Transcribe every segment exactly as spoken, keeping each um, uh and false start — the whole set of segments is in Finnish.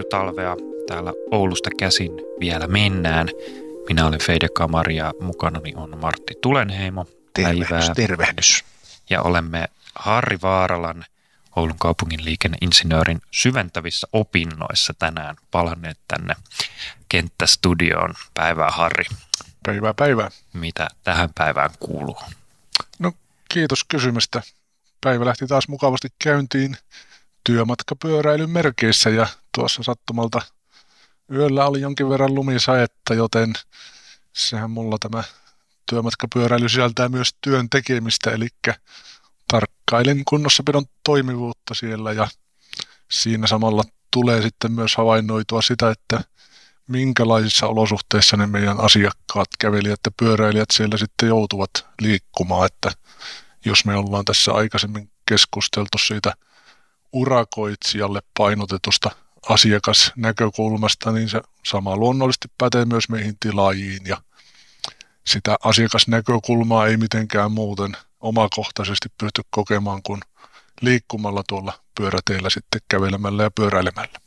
alkutalvea. Täällä Oulusta käsin vielä mennään. Minä olen Feide Kamari ja mukanani on Martti Tulenheimo. Tervehdys, Päivää. tervehdys. Ja olemme Harri Vaaralan, Oulun kaupungin liikenneinsinöörin syventävissä opinnoissa tänään palanneet tänne kenttästudioon. Päivää, Harri. Päivää, päivää. Mitä tähän päivään kuuluu? No, kiitos kysymästä. Päivä lähti taas mukavasti käyntiin työmatkapyöräilyn merkeissä ja tuossa sattumalta yöllä oli jonkin verran lumisaetta, joten sehän mulla tämä työmatkapyöräily sisältää myös työn tekemistä, eli tarkkailen kunnossapidon toimivuutta siellä ja siinä samalla tulee sitten myös havainnoitua sitä, että minkälaisissa olosuhteissa ne meidän asiakkaat, kävelijät ja pyöräilijät siellä sitten joutuvat liikkumaan, että jos me ollaan tässä aikaisemmin keskusteltu siitä urakoitsijalle painotetusta asiakasnäkökulmasta, niin se sama luonnollisesti pätee myös meihin tilaajiin ja sitä asiakasnäkökulmaa ei mitenkään muuten omakohtaisesti pysty kokemaan kuin liikkumalla tuolla pyöräteillä sitten kävelemällä ja pyöräilemällä.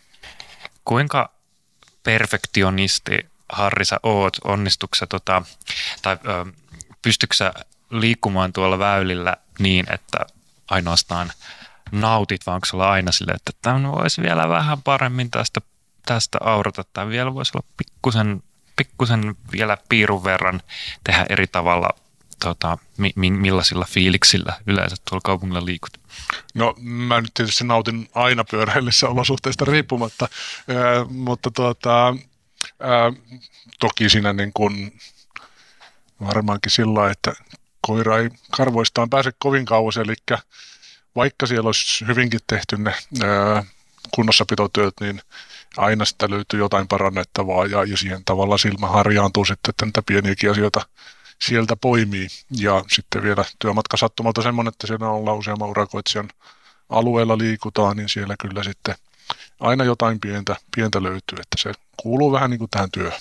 Kuinka perfektionisti, Harri, sä oot? Onnistuksä tota, tai ö, pystyksä liikkumaan tuolla väylillä niin, että ainoastaan nautit, vai onko sulla aina silleen, että tämä voisi vielä vähän paremmin tästä, tästä aurata, tai vielä voisi olla pikkusen, pikkusen vielä piirun verran tehdä eri tavalla, tota, mi, mi, millaisilla fiiliksillä yleensä tuolla kaupungilla liikut? No, mä nyt tietysti nautin aina pyöräillissä olosuhteista riippumatta, ää, mutta tuota, ää, toki siinä niin kuin varmaankin sillä lailla, että koira ei karvoistaan pääse kovin kauas, eli vaikka siellä olisi hyvinkin tehty ne ää, kunnossapitotyöt, niin aina sitä löytyy jotain parannettavaa ja, ja siihen tavalla silmä harjaantuu sitten, että niitä pieniäkin asioita sieltä poimii. Ja sitten vielä työmatka sattumalta semmoinen, että siellä ollaan useamman urakoitsijan alueella liikutaan, niin siellä kyllä sitten aina jotain pientä, pientä löytyy, että se kuuluu vähän niin kuin tähän työhön.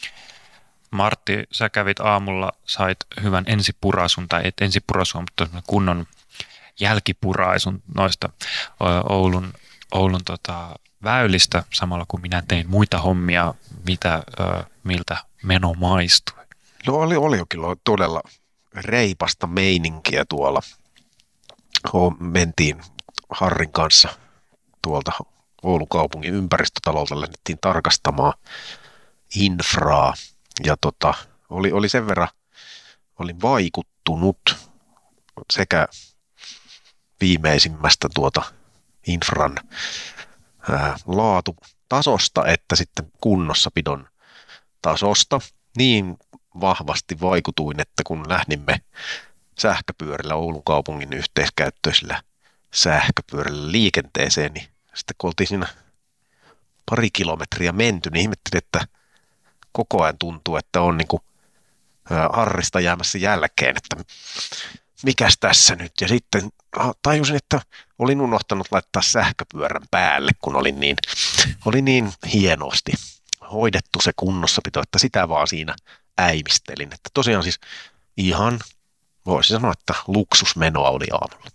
Martti, sä kävit aamulla, sait hyvän ensipuraisun, tai et ensipuraisun, mutta kunnon jälkipuraisun noista Oulun, Oulun tota, väylistä, samalla kun minä tein muita hommia, mitä, ö, miltä meno maistui. No oli, oli jo kyllä todella reipasta meininkiä tuolla. Ho, mentiin Harrin kanssa tuolta Oulun kaupungin ympäristötalolta, lähdettiin tarkastamaan infraa ja tota, oli, oli sen verran olin vaikuttunut sekä viimeisimmästä tuota infran ää, laatutasosta että sitten kunnossapidon tasosta. Niin vahvasti vaikutuin, että kun lähdimme sähköpyörillä Oulun kaupungin yhteiskäyttöisillä sähköpyörillä liikenteeseen, niin sitten kun oltiin siinä pari kilometriä menty, niin ihmettelin, että koko ajan tuntuu, että on niin kuin Harrista jäämässä jälkeen, että mikäs tässä nyt. Ja sitten tajusin, että olin unohtanut laittaa sähköpyörän päälle, kun olin niin, oli niin hienosti hoidettu se kunnossapito, että sitä vaan siinä äimistelin. Että tosiaan siis ihan, voisi sanoa, että luksusmenoa oli aamulla.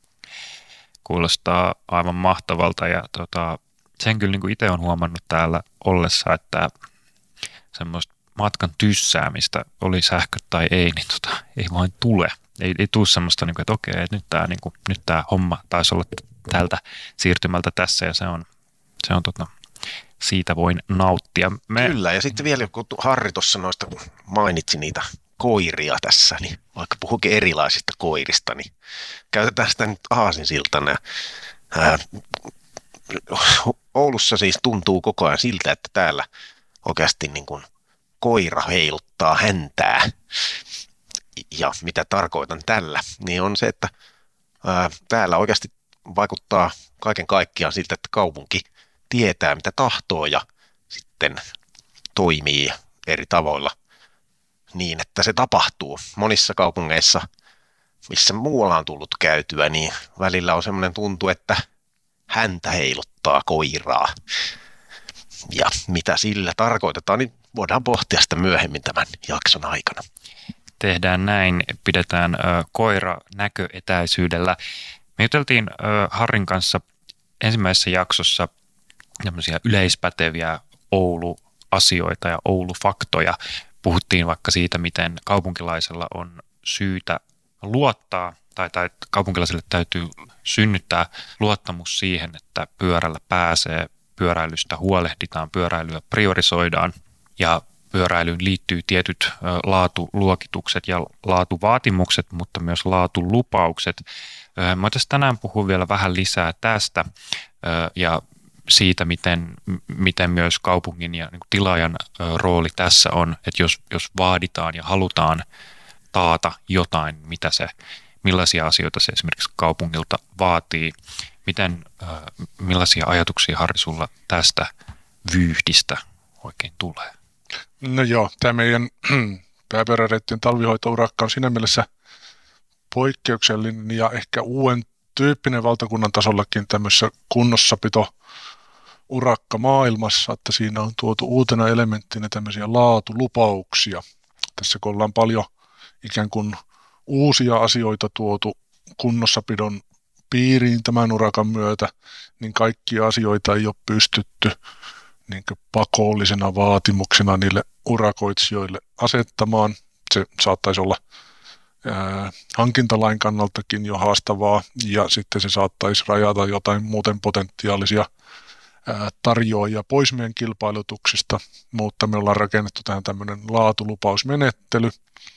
Kuulostaa aivan mahtavalta ja tota, sen kyllä niin kuin itse olen huomannut täällä ollessa, että semmoista matkan tyssäämistä, oli sähkö tai ei, niin tota, ei vain tule. Ei, ei tule semmoista, niin kuin, että okei, että nyt tämä niin kuin, nyt tämä homma taisi olla tältä siirtymältä tässä ja se on, se on tota, siitä voin nauttia. Me... Kyllä, ja sitten vielä kun Harri tuossa noista mainitsi niitä koiria tässä, niin vaikka puhukin erilaisista koirista, niin käytetään sitä nyt aasinsiltana. Ää, Oulussa siis tuntuu koko ajan siltä, että täällä oikeasti niin kuin koira heiluttaa häntää. Ja mitä tarkoitan tällä, niin on se, että ää, täällä oikeasti vaikuttaa kaiken kaikkiaan siltä, että kaupunki tietää, mitä tahtoo ja sitten toimii eri tavoilla niin, että se tapahtuu. Monissa kaupungeissa, missä muualla on tullut käytyä, niin välillä on semmoinen tuntu, että häntä heiluttaa koiraa. Ja mitä sillä tarkoitetaan, niin voidaan pohtia sitä myöhemmin tämän jakson aikana. Tehdään näin, pidetään ö, koira näköetäisyydellä. Me juteltiin ö, Harrin kanssa ensimmäisessä jaksossa tämmöisiä yleispäteviä Oulu-asioita ja Oulu-faktoja. Puhuttiin vaikka siitä, miten kaupunkilaisella on syytä luottaa, tai, tai kaupunkilaisille täytyy synnyttää luottamus siihen, että pyörällä pääsee, pyöräilystä huolehditaan, pyöräilyä priorisoidaan, ja pyöräilyyn liittyy tietyt laatuluokitukset ja laatuvaatimukset, mutta myös laatulupaukset. Mä voitaisiin tänään puhua vielä vähän lisää tästä ja siitä, miten, miten myös kaupungin ja niin kuin tilaajan rooli tässä on, että jos, jos vaaditaan ja halutaan taata jotain, mitä se, millaisia asioita se esimerkiksi kaupungilta vaatii. Miten, millaisia ajatuksia, Harri, sulla tästä vyyhdistä oikein tulee? No joo, tämä meidän pääpyöräreittien talvihoitourakka on siinä mielessä poikkeuksellinen ja ehkä uuden tyyppinen valtakunnan tasollakin tämmöisessä kunnossapito urakka maailmassa, että siinä on tuotu uutena elementtinä tämmöisiä laatulupauksia. Tässä kun ollaan paljon ikään kuin uusia asioita tuotu kunnossapidon piiriin tämän urakan myötä, niin kaikkia asioita ei ole pystytty niin kuin pakollisena vaatimuksena niille urakoitsijoille asettamaan. Se saattaisi olla ää, hankintalain kannaltakin jo haastavaa, ja sitten se saattaisi rajata jotain muuten potentiaalisia ää, tarjoajia pois meidän kilpailutuksista, mutta me ollaan rakennettu tähän tämmöinen laatulupausmenettely,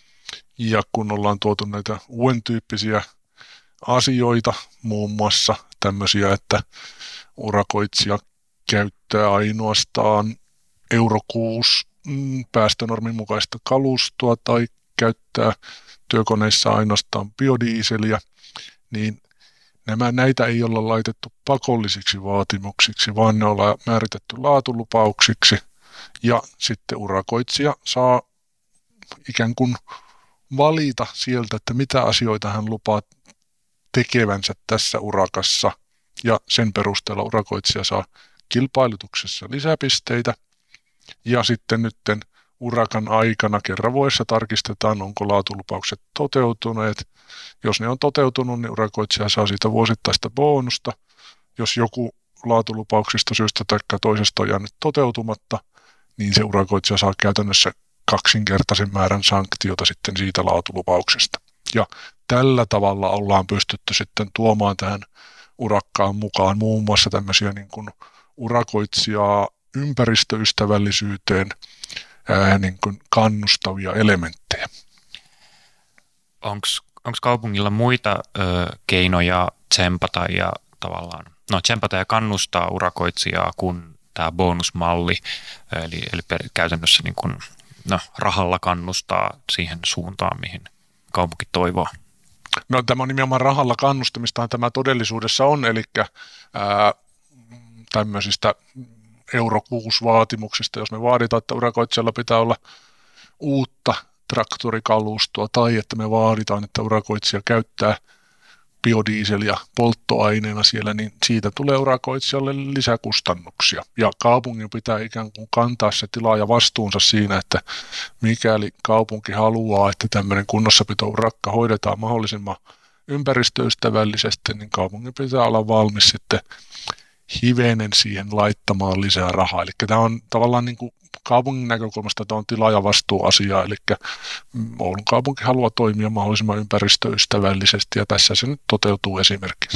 ja kun ollaan tuotu näitä uuden tyyppisiä asioita, muun muassa tämmöisiä, että urakoitsija käyttää ainoastaan euro kuusi päästönormin mukaista kalustoa tai käyttää työkoneissa ainoastaan biodieseliä, niin nämä, näitä ei olla laitettu pakollisiksi vaatimuksiksi, vaan ne ollaan määritetty laatulupauksiksi, ja sitten urakoitsija saa ikään kuin valita sieltä, että mitä asioita hän lupaa tekevänsä tässä urakassa, ja sen perusteella urakoitsija saa kilpailutuksessa lisäpisteitä, ja sitten nytten urakan aikana kerran vuodessa tarkistetaan, onko laatulupaukset toteutuneet. Jos ne on toteutunut, niin urakoitsija saa siitä vuosittaista bonusta. Jos joku laatulupauksista syystä tai toisesta on jäänyt toteutumatta, niin se urakoitsija saa käytännössä kaksinkertaisen määrän sanktiota sitten siitä laatulupauksesta. Ja tällä tavalla ollaan pystytty sitten tuomaan tähän urakkaan mukaan muun muassa tämmöisiä niin kuin urakoitsijaa ympäristöystävällisyyteen ää, niin kuin kannustavia elementtejä. Onko kaupungilla muita ö, keinoja tsempata ja tavallaan, no tsempata ja kannustaa urakoitsijaa kuin tämä bonusmalli, eli, eli per, käytännössä niin kuin, no, rahalla kannustaa siihen suuntaan, mihin kaupunki toivoo? No tämä on nimenomaan rahalla kannustamistahan tämä todellisuudessa on, eli ää, tämmöisistä euro kuusi vaatimuksista, jos me vaaditaan, että urakoitsijalla pitää olla uutta traktorikalustoa tai että me vaaditaan, että urakoitsija käyttää biodieseliä polttoaineena siellä, niin siitä tulee urakoitsijalle lisäkustannuksia. Ja kaupungin pitää ikään kuin kantaa se tilaaja vastuunsa siinä, että mikäli kaupunki haluaa, että tämmöinen kunnossapitourakka hoidetaan mahdollisimman ympäristöystävällisesti, niin kaupungin pitää olla valmis sitten hivenen siihen laittamaan lisää rahaa. Eli tämä on tavallaan niin kuin kaupungin näkökulmasta tämä on tilaajavastuuasia, eli Oulun kaupunki haluaa toimia mahdollisimman ympäristöystävällisesti, ja tässä se nyt toteutuu esimerkiksi.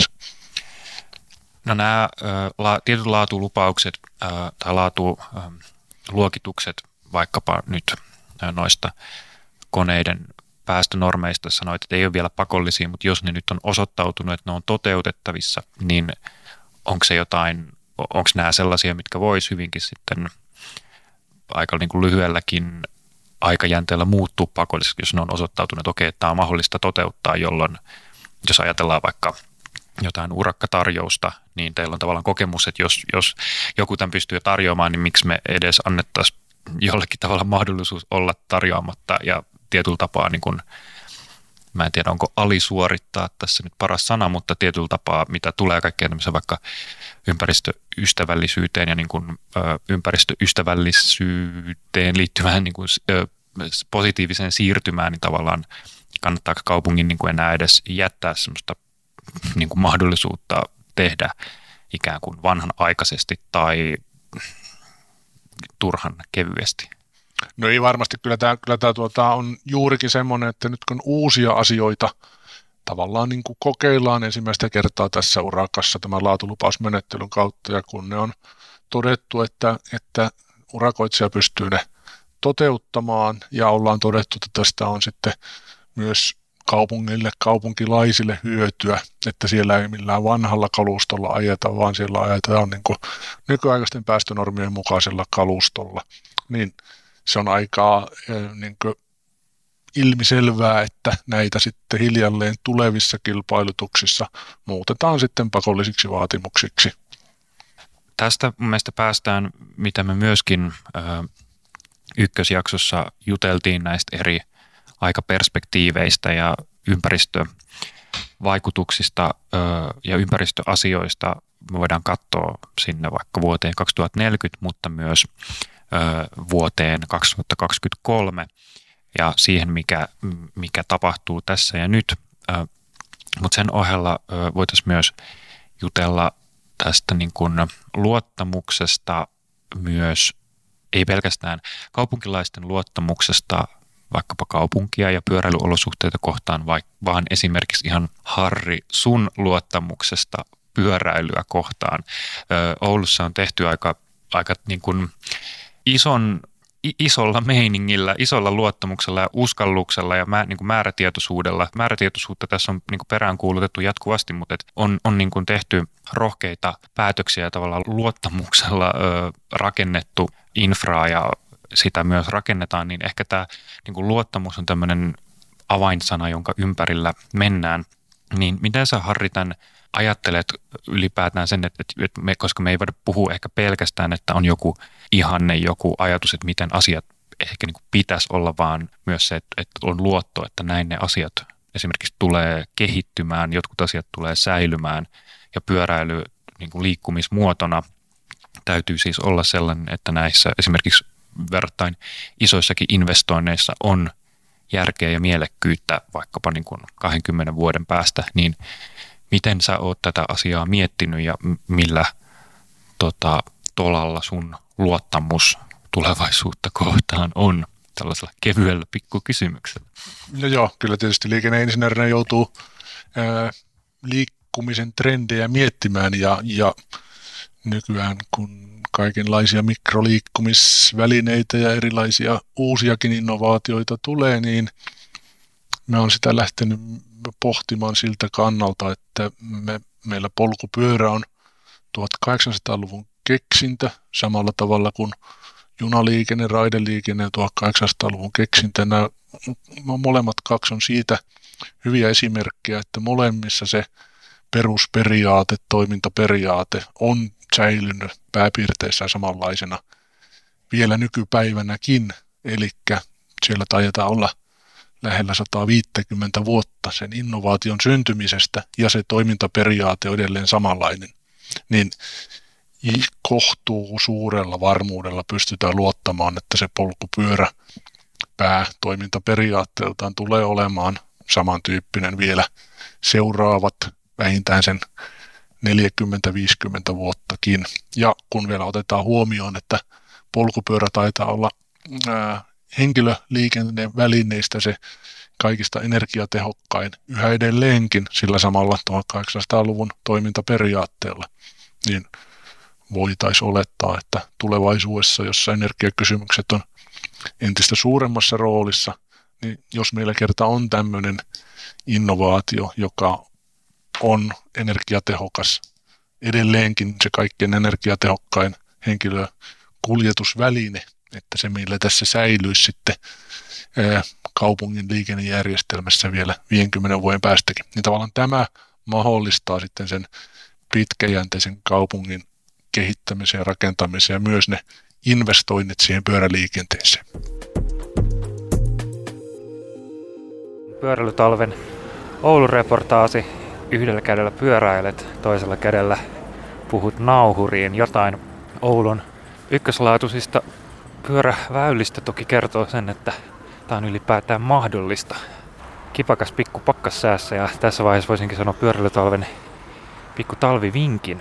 No nämä la, tietyt laatulupaukset ä, tai laatuluokitukset, vaikkapa nyt ä, noista koneiden päästönormeista sanoit, että ei ole vielä pakollisia, mutta jos ne nyt on osoittautunut, että ne on toteutettavissa, niin onko se jotain, onko nämä sellaisia, mitkä vois hyvinkin sitten aika niin kuin lyhyelläkin aikajänteellä muuttuu pakolliseksi, jos ne on osoittautunut, että okei, että tämä on mahdollista toteuttaa, jolloin jos ajatellaan vaikka jotain urakkatarjousta, niin teillä on tavallaan kokemus, että jos, jos joku tämän pystyy tarjoamaan, niin miksi me edes annettaisiin jollekin tavalla mahdollisuus olla tarjoamatta ja tietyllä tapaa, niin kuin, mä en tiedä onko alisuorittaa tässä nyt paras sana, mutta tietyllä tapaa, mitä tulee kaikkeen tämmöiseen vaikka ympäristöystävällisyyteen ja niin kuin, ö, ympäristöystävällisyyteen liittyvään niin kuin, ö, positiiviseen siirtymään, niin tavallaan kannattaako kaupungin niin kuin enää edes jättää semmoista niin kuin mahdollisuutta tehdä ikään kuin vanhanaikaisesti tai turhan kevyesti? No ei varmasti, kyllä tämä, kyllä tämä tuota, on juurikin semmoinen, että nyt kun uusia asioita tavallaan niin kuin kokeillaan ensimmäistä kertaa tässä urakassa tämän laatulupausmenettelyn kautta, ja kun ne on todettu, että, että urakoitsija pystyy ne toteuttamaan, ja ollaan todettu, että tästä on sitten myös kaupungille, kaupunkilaisille hyötyä, että siellä ei millään vanhalla kalustolla ajeta, vaan siellä ajetaan niin kuin nykyaikaisten päästönormien mukaisella kalustolla, niin se on aika niin kuin ilmiselvää, että näitä sitten hiljalleen tulevissa kilpailutuksissa muutetaan sitten pakollisiksi vaatimuksiksi. Tästä mun mielestä päästään, mitä me myöskin ö, ykkösjaksossa juteltiin näistä eri aikaperspektiiveistä ja ympäristövaikutuksista ö, ja ympäristöasioista. Me voidaan katsoa sinne vaikka vuoteen kaksituhattaneljäkymmentä, mutta myös ö, vuoteen kaksituhattakaksikymmentäkolme ja siihen, mikä, mikä tapahtuu tässä ja nyt. Ö, mutta sen ohella ö, voitaisiin myös jutella tästä niin kuin luottamuksesta myös, ei pelkästään kaupunkilaisten luottamuksesta vaikkapa kaupunkia ja pyöräilyolosuhteita kohtaan, vaan esimerkiksi ihan Harri sun luottamuksesta pyöräilyä kohtaan. Oulussa on tehty aika, aika niin kuin ison, isolla meiningillä, isolla luottamuksella ja uskalluksella ja mä, niin kuin määrätietoisuudella. Määrätietoisuutta tässä on niin kuin peräänkuulutettu jatkuvasti, mutta et on, on niin kuin tehty rohkeita päätöksiä ja tavallaan luottamuksella ö, rakennettu infraa ja sitä myös rakennetaan, niin ehkä tämä niin kuin luottamus on tämmöinen avainsana, jonka ympärillä mennään. Niin miten sä, Harri, tämän ajattelet ylipäätään sen, että, että me, koska me ei voida puhua ehkä pelkästään, että on joku ihanne, joku ajatus, että miten asiat ehkä niin kuin pitäisi olla, vaan myös se, että, että on luotto, että näin ne asiat esimerkiksi tulee kehittymään, jotkut asiat tulee säilymään ja pyöräily niin kuin liikkumismuotona täytyy siis olla sellainen, että näissä esimerkiksi verrattain isoissakin investoinneissa on järkeä ja mielekkyyttä vaikkapa niin kuin kahdenkymmenen vuoden päästä, niin miten sä oot tätä asiaa miettinyt ja millä tota, tolalla sun luottamus tulevaisuutta kohtaan on tällaisella kevyellä pikkukysymyksellä? No joo, kyllä tietysti liikenneinsinöörinä joutuu ää, liikkumisen trendejä miettimään ja, ja nykyään kun kaikenlaisia mikroliikkumisvälineitä ja erilaisia uusiakin innovaatioita tulee, niin mä oon sitä lähtenyt pohtimaan siltä kannalta, että me, meillä polkupyörä on tuhatkahdeksansataaluvun keksintö samalla tavalla kuin junaliikenne, raideliikenne ja tuhatkahdeksansataaluvun keksintö. Nämä molemmat kaksi on siitä hyviä esimerkkejä, että molemmissa se perusperiaate, toimintaperiaate on säilynyt pääpiirteissään samanlaisena vielä nykypäivänäkin, eli siellä taitaa olla lähellä sata viisikymmentä vuotta sen innovaation syntymisestä ja se toimintaperiaate on edelleen samanlainen, niin kohtuu suurella varmuudella pystytään luottamaan, että se polkupyörä päätoimintaperiaatteeltaan tulee olemaan samantyyppinen vielä seuraavat vähintään sen neljäkymmentä viisikymmentä vuottakin. Ja kun vielä otetaan huomioon, että polkupyörä taitaa olla ää, henkilöliikenteen välineistä se kaikista energiatehokkain yhä edelleenkin sillä samalla tuhatkahdeksansataaluvun toimintaperiaatteella, niin voitaisiin olettaa, että tulevaisuudessa, jossa energiakysymykset on entistä suuremmassa roolissa, niin jos meillä kerta on tämmöinen innovaatio, joka on energiatehokas, edelleenkin se kaikkein energiatehokkain henkilökuljetusväline, että se meillä tässä säilyisi sitten ää, kaupungin liikennejärjestelmässä vielä viidenkymmenen vuoden päästäkin. Niin tavallaan tämä mahdollistaa sitten sen pitkäjänteisen kaupungin kehittämisen ja rakentamisen ja myös ne investoinnit siihen pyöräliikenteeseen. Pyöräilytalven Oulun reportaasi. Yhdellä kädellä pyöräilet, toisella kädellä puhut nauhuriin. Jotain Oulun ykköslaatuisista pyöräväylistä toki kertoo sen, että tämä on ylipäätään mahdollista. Kipakas pikku pakkassäässä ja tässä vaiheessa voisinkin sanoa pyöräilytalven pikku talvivinkin.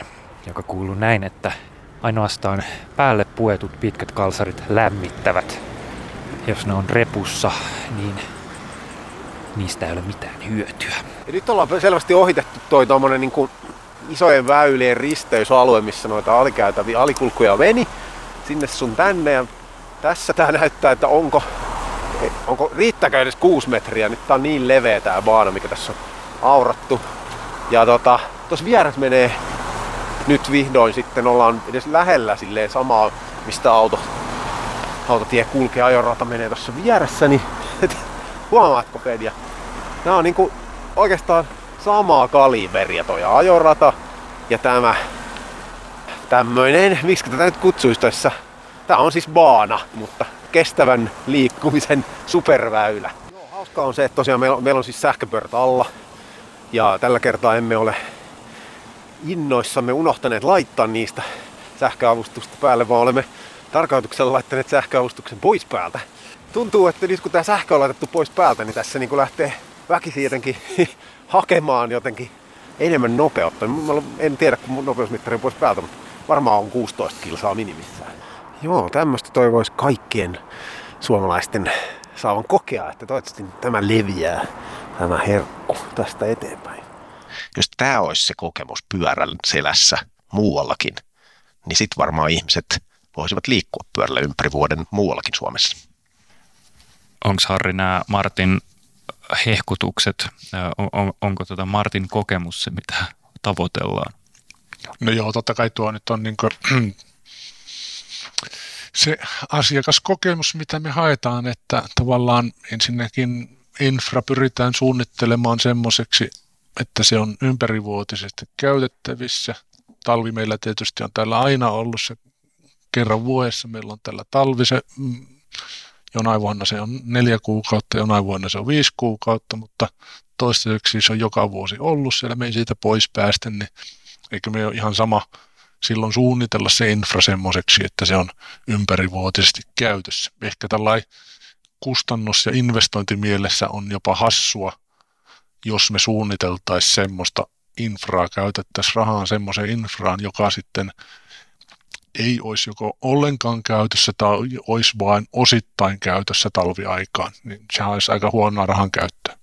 joka kuuluu näin, että ainoastaan päälle puetut pitkät kalsarit lämmittävät. Jos ne on repussa, niin niistä ei ole mitään hyötyä. Ja nyt ollaan selvästi ohitettu toi tommonen niin kuin isojen väylien risteysalue, missä noita alikäytäviä alikulkuja meni sinne sun tänne. Ja tässä tää näyttää, että onko, onko riittääkö edes kuusi metriä. Nyt tää on niin leveä tää baana, mikä tässä on aurattu. Ja tota, tossa vieressä menee nyt vihdoin sitten, ollaan edes lähellä silleen samaa, mistä auto, autotie kulkee, ajorata menee tuossa vieressä, niin huomaatko Fedja? Nää on niinku oikeastaan samaa kaliberia toi ajorata ja tämä tämmöinen, miksi tätä nyt kutsuisi tässä? Tää on siis baana, mutta kestävän liikkumisen superväylä. Joo, hauskaa on se, että tosiaan meillä on, meillä on siis sähköpyörät alla ja tällä kertaa emme ole innoissamme unohtaneet laittaa niistä sähköavustusta päälle, vaan olemme tarkoituksella laittaneet sähköavustuksen pois päältä. Tuntuu, että nyt kun tämä sähkö on laitettu pois päältä, niin tässä niin lähtee väkisin jotenkin hakemaan jotenkin enemmän nopeutta. Mä en tiedä, kun nopeusmittari on pois päältä, mutta varmaan on kuusitoista kilsaa minimissään. Joo, tämmöistä toivoisi kaikkien suomalaisten saavan kokea, että toivottavasti tämä leviää, tämä herkku tästä eteenpäin. Jos tämä olisi se kokemus pyörän selässä muuallakin, niin sitten varmaan ihmiset voisivat liikkua pyörällä ympäri vuoden muuallakin Suomessa. Onko Harri nämä Martin hehkutukset, on, on, onko tuota Martin kokemus se, mitä tavoitellaan? No joo, totta kai tuo nyt on niin kuin se asiakaskokemus, mitä me haetaan, että tavallaan ensinnäkin infra pyritään suunnittelemaan semmoiseksi, että se on ympärivuotisesti käytettävissä. Talvi meillä tietysti on täällä aina ollut se kerran vuodessa. Meillä on täällä talvi se, jonain vuonna se on neljä kuukautta, jonain vuonna se on viisi kuukautta, mutta toistaiseksi se on joka vuosi ollut siellä. Me ei siitä pois päästä, niin eikö me ole ihan sama silloin suunnitella se infra semmoiseksi, että se on ympärivuotisesti käytössä. Ehkä tällainen kustannus- ja investointimielessä on jopa hassua, jos me suunniteltaisiin semmoista infraa, käytettäisiin rahaa semmoiseen infraan, joka sitten ei olisi joko ollenkaan käytössä tai olisi vain osittain käytössä talviaikaan, niin sehän olisi aika huonoa rahan käyttöä.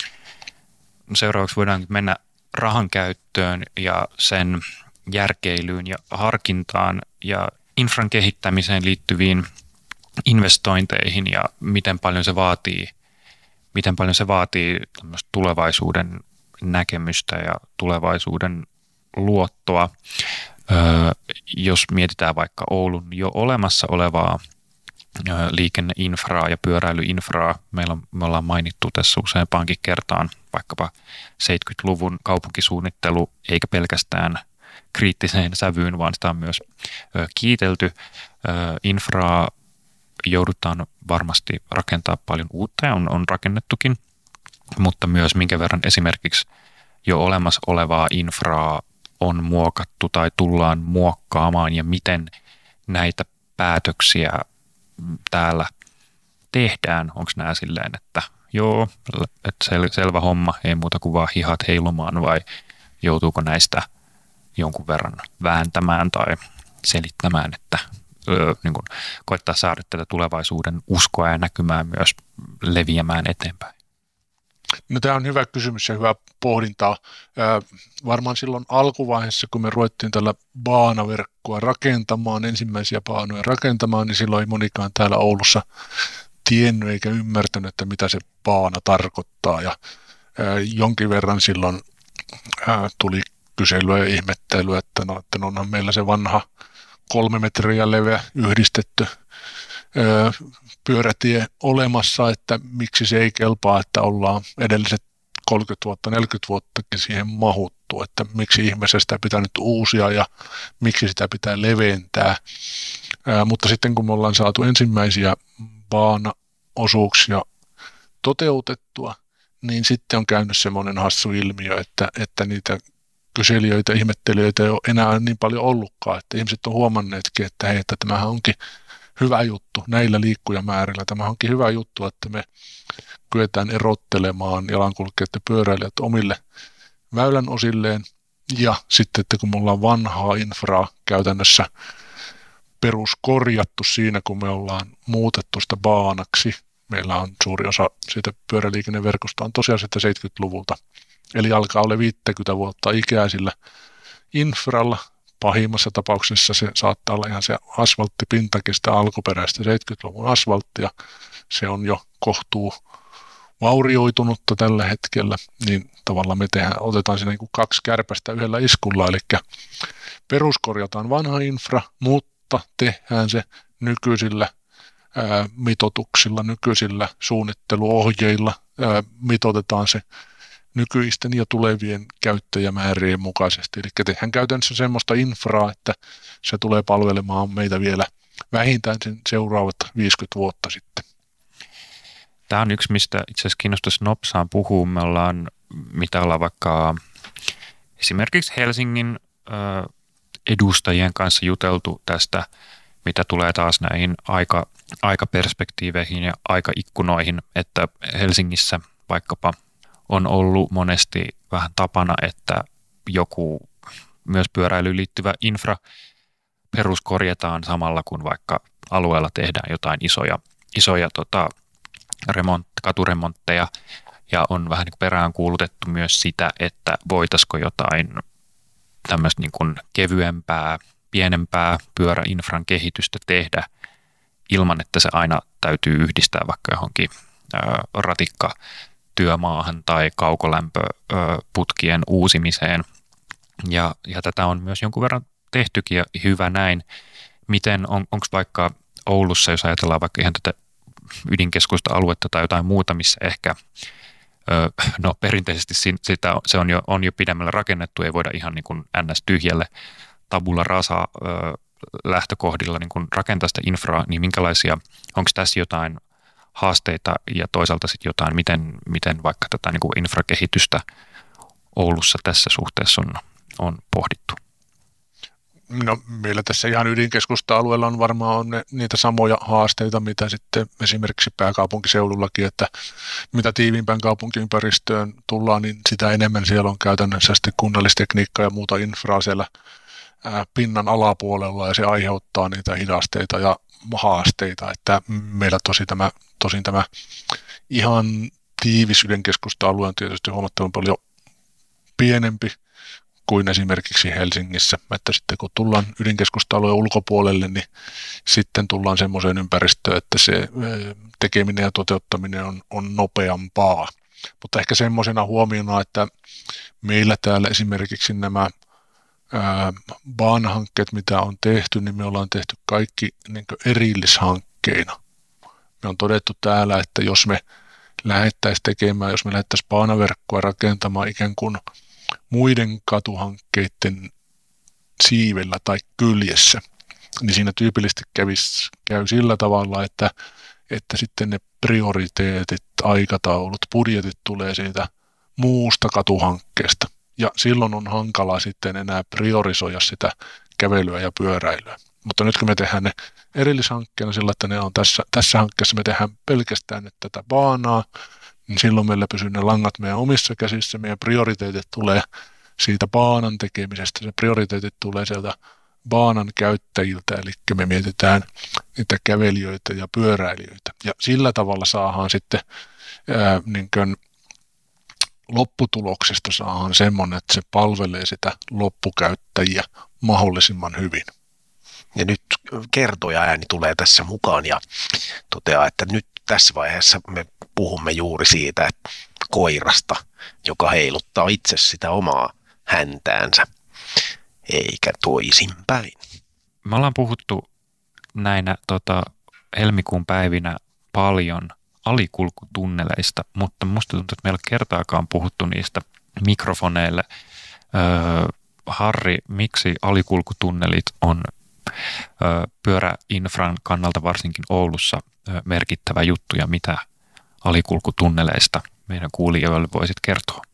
Seuraavaksi voidaan mennä rahan käyttöön ja sen järkeilyyn ja harkintaan ja infran kehittämiseen liittyviin investointeihin ja miten paljon se vaatii, miten paljon se vaatii tulevaisuuden näkemystä ja tulevaisuuden luottoa. Öö, jos mietitään vaikka Oulun jo olemassa olevaa öö, liikenneinfraa ja pyöräilyinfraa, meillä on, me ollaan mainittu tässä useampaankin kertaan vaikkapa seitsemänkymmentäluvun kaupunkisuunnittelu, eikä pelkästään kriittiseen sävyyn, vaan sitä on myös öö, kiitelty. Öö, infraa joudutaan varmasti rakentaa paljon uutta ja on, on rakennettukin, mutta myös minkä verran esimerkiksi jo olemassa olevaa infraa on muokattu tai tullaan muokkaamaan ja miten näitä päätöksiä täällä tehdään. Onko nämä silleen, että joo, että sel, selvä homma, ei muuta kuin vaan hihat heilumaan vai joutuuko näistä jonkun verran vääntämään tai selittämään, että öö, niin kuin koittaa saada tätä tulevaisuuden uskoa ja näkymää myös leviämään eteenpäin? No, tämä on hyvä kysymys ja hyvä pohdintaa. Ää, varmaan silloin alkuvaiheessa, kun me ruvettiin tällä baanaverkkoa rakentamaan, ensimmäisiä baanoja rakentamaan, niin silloin ei monikaan täällä Oulussa tiennyt eikä ymmärtänyt, että mitä se baana tarkoittaa. Ja ää, jonkin verran silloin ää, tuli kyselyä ja ihmettelyä, että, no, että onhan meillä se vanha kolme metriä leveä yhdistetty ää, pyörätie olemassa, että miksi se ei kelpaa, että ollaan edelliset kolmekymmentä vuotta, neljäkymmentä vuottakin siihen mahuttu, että miksi ihmeessä sitä pitää nyt uusia ja miksi sitä pitää leventää. Ää, mutta sitten kun me ollaan saatu ensimmäisiä baanaosuuksia toteutettua, niin sitten on käynyt semmoinen hassu ilmiö, että, että niitä kyselijöitä, ihmettelijöitä ei ole enää niin paljon ollutkaan, että ihmiset on huomanneetkin, että hei, että tämähän onkin hyvä juttu näillä liikkujamäärillä. Tämä onkin hyvä juttu, että me kyetään erottelemaan jalankulkijat ja pyöräilijät omille väylän osilleen Ja sitten, että kun me ollaan vanhaa infraa käytännössä peruskorjattu siinä, kun me ollaan muutettu sitä baanaksi. Meillä on suuri osa siitä pyöräliikenneverkosta on tosiaan sitten seitsemänkymmentäluvulta. Eli alkaa olla viisikymmentä vuotta ikäisillä infralla. Pahimmassa tapauksessa se saattaa olla ihan se asfalttipintakin sitä alkuperäistä seitsemänkymmentäluvun asfalttia. Se on jo kohtuu vaurioitunutta tällä hetkellä, niin tavallaan me tehdään, otetaan siinä niin kuin kaksi kärpästä yhdellä iskulla, eli peruskorjataan vanha infra, mutta tehdään se nykyisillä ää, mitoituksilla, nykyisillä suunnitteluohjeilla, ää, mitoitetaan se nykyisten ja tulevien käyttäjämäärien mukaisesti. Eli tehdään käytännössä semmoista infraa, että se tulee palvelemaan meitä vielä vähintään sen seuraavat viisikymmentä vuotta sitten. Tämä on yksi, mistä itse asiassa kiinnostaisi nopsaan puhua. Me ollaan, mitä ollaan vaikka esimerkiksi Helsingin edustajien kanssa juteltu tästä, mitä tulee taas näihin aika, aikaperspektiiveihin ja aikaikkunoihin, että Helsingissä vaikkapa on ollut monesti vähän tapana, että joku myös pyöräilyyn liittyvä infra peruskorjataan samalla, kun vaikka alueella tehdään jotain isoja, isoja tota, remont, katuremontteja, ja on vähän niin kuin perään kuulutettu myös sitä, että voitaisiko jotain tämmöistä niin kuin kevyempää, pienempää pyöräinfran kehitystä tehdä ilman, että se aina täytyy yhdistää vaikka johonkin ää, ratikkatyömaahan tai kaukolämpöputkien uusimiseen. Ja, ja tätä on myös jonkun verran tehtykin ja hyvä näin. Miten, on, onko vaikka Oulussa, jos ajatellaan vaikka ihan tätä ydinkeskusta aluetta tai jotain muuta, missä ehkä no perinteisesti sitä, se on jo, on jo pidemmällä rakennettu, ei voida ihan niin kuin ns. Tyhjälle tabula rasa lähtökohdilla niin kuin rakentaa sitä infraa, niin minkälaisia, onko tässä jotain haasteita ja toisaalta sitten jotain, miten, miten vaikka tätä niin kuin infrakehitystä Oulussa tässä suhteessa on, on pohdittu? No, meillä tässä ihan ydinkeskusta-alueella on varmaan on ne, niitä samoja haasteita, mitä sitten esimerkiksi pääkaupunkiseudullakin, että mitä tiiviimpään kaupunkiympäristöön tullaan, niin sitä enemmän siellä on käytännössä sitten kunnallistekniikkaa ja muuta infraa siellä ää, pinnan alapuolella, ja se aiheuttaa niitä hidasteita ja haasteita, että meillä tosi tämä, tosin tämä ihan tiivis ydinkeskusta-alue on tietysti huomattavan paljon pienempi kuin esimerkiksi Helsingissä, että sitten kun tullaan ydinkeskusta-alueen ulkopuolelle, niin sitten tullaan semmoiseen ympäristöön, että se tekeminen ja toteuttaminen on, on nopeampaa. Mutta ehkä semmoisena huomiona, että meillä täällä esimerkiksi nämä ää, B A N-hankkeet, mitä on tehty, niin me ollaan tehty kaikki niin kuin erillishankkeina. Me on todettu täällä, että jos me lähdettäisiin tekemään, jos me lähdettäisiin B A N-verkkoa rakentamaan ikään kuin muiden katuhankkeiden siivellä tai kyljessä, niin siinä tyypillisesti kävis, käy sillä tavalla, että, että sitten ne prioriteetit, aikataulut, budjetit tulee siitä muusta katuhankkeesta. Ja silloin on hankalaa sitten enää priorisoida sitä kävelyä ja pyöräilyä. Mutta nyt kun me tehdään ne erillishankkeena sillä, että ne on tässä, tässä hankkeessa me tehdään pelkästään nyt tätä baanaa, niin silloin meillä pysyy ne langat meidän omissa käsissä, meidän prioriteetit tulee siitä baanan tekemisestä, se prioriteetit tulee sieltä baanan käyttäjiltä, eli me mietitään niitä kävelijöitä ja pyöräilijöitä. Ja sillä tavalla saadaan sitten ää, niin kuin lopputuloksesta saadaan semmoinen, että se palvelee sitä loppukäyttäjiä mahdollisimman hyvin. Ja nyt kertoja ääni tulee tässä mukaan ja toteaa, että nyt tässä vaiheessa me puhumme juuri siitä että koirasta, joka heiluttaa itse sitä omaa häntäänsä, eikä toisinpäin. Me ollaan puhuttu näinä tota, helmikuun päivinä paljon alikulkutunneleista, mutta musta tuntuu, että meillä ei ole kertaakaan puhuttu niistä mikrofoneille. Öö, Harri, miksi alikulkutunnelit on öö, pyöräinfran kannalta varsinkin Oulussa öö, merkittävä juttu ja mitä alikulkutunneleista meidän kuulijoille voisit kertoa?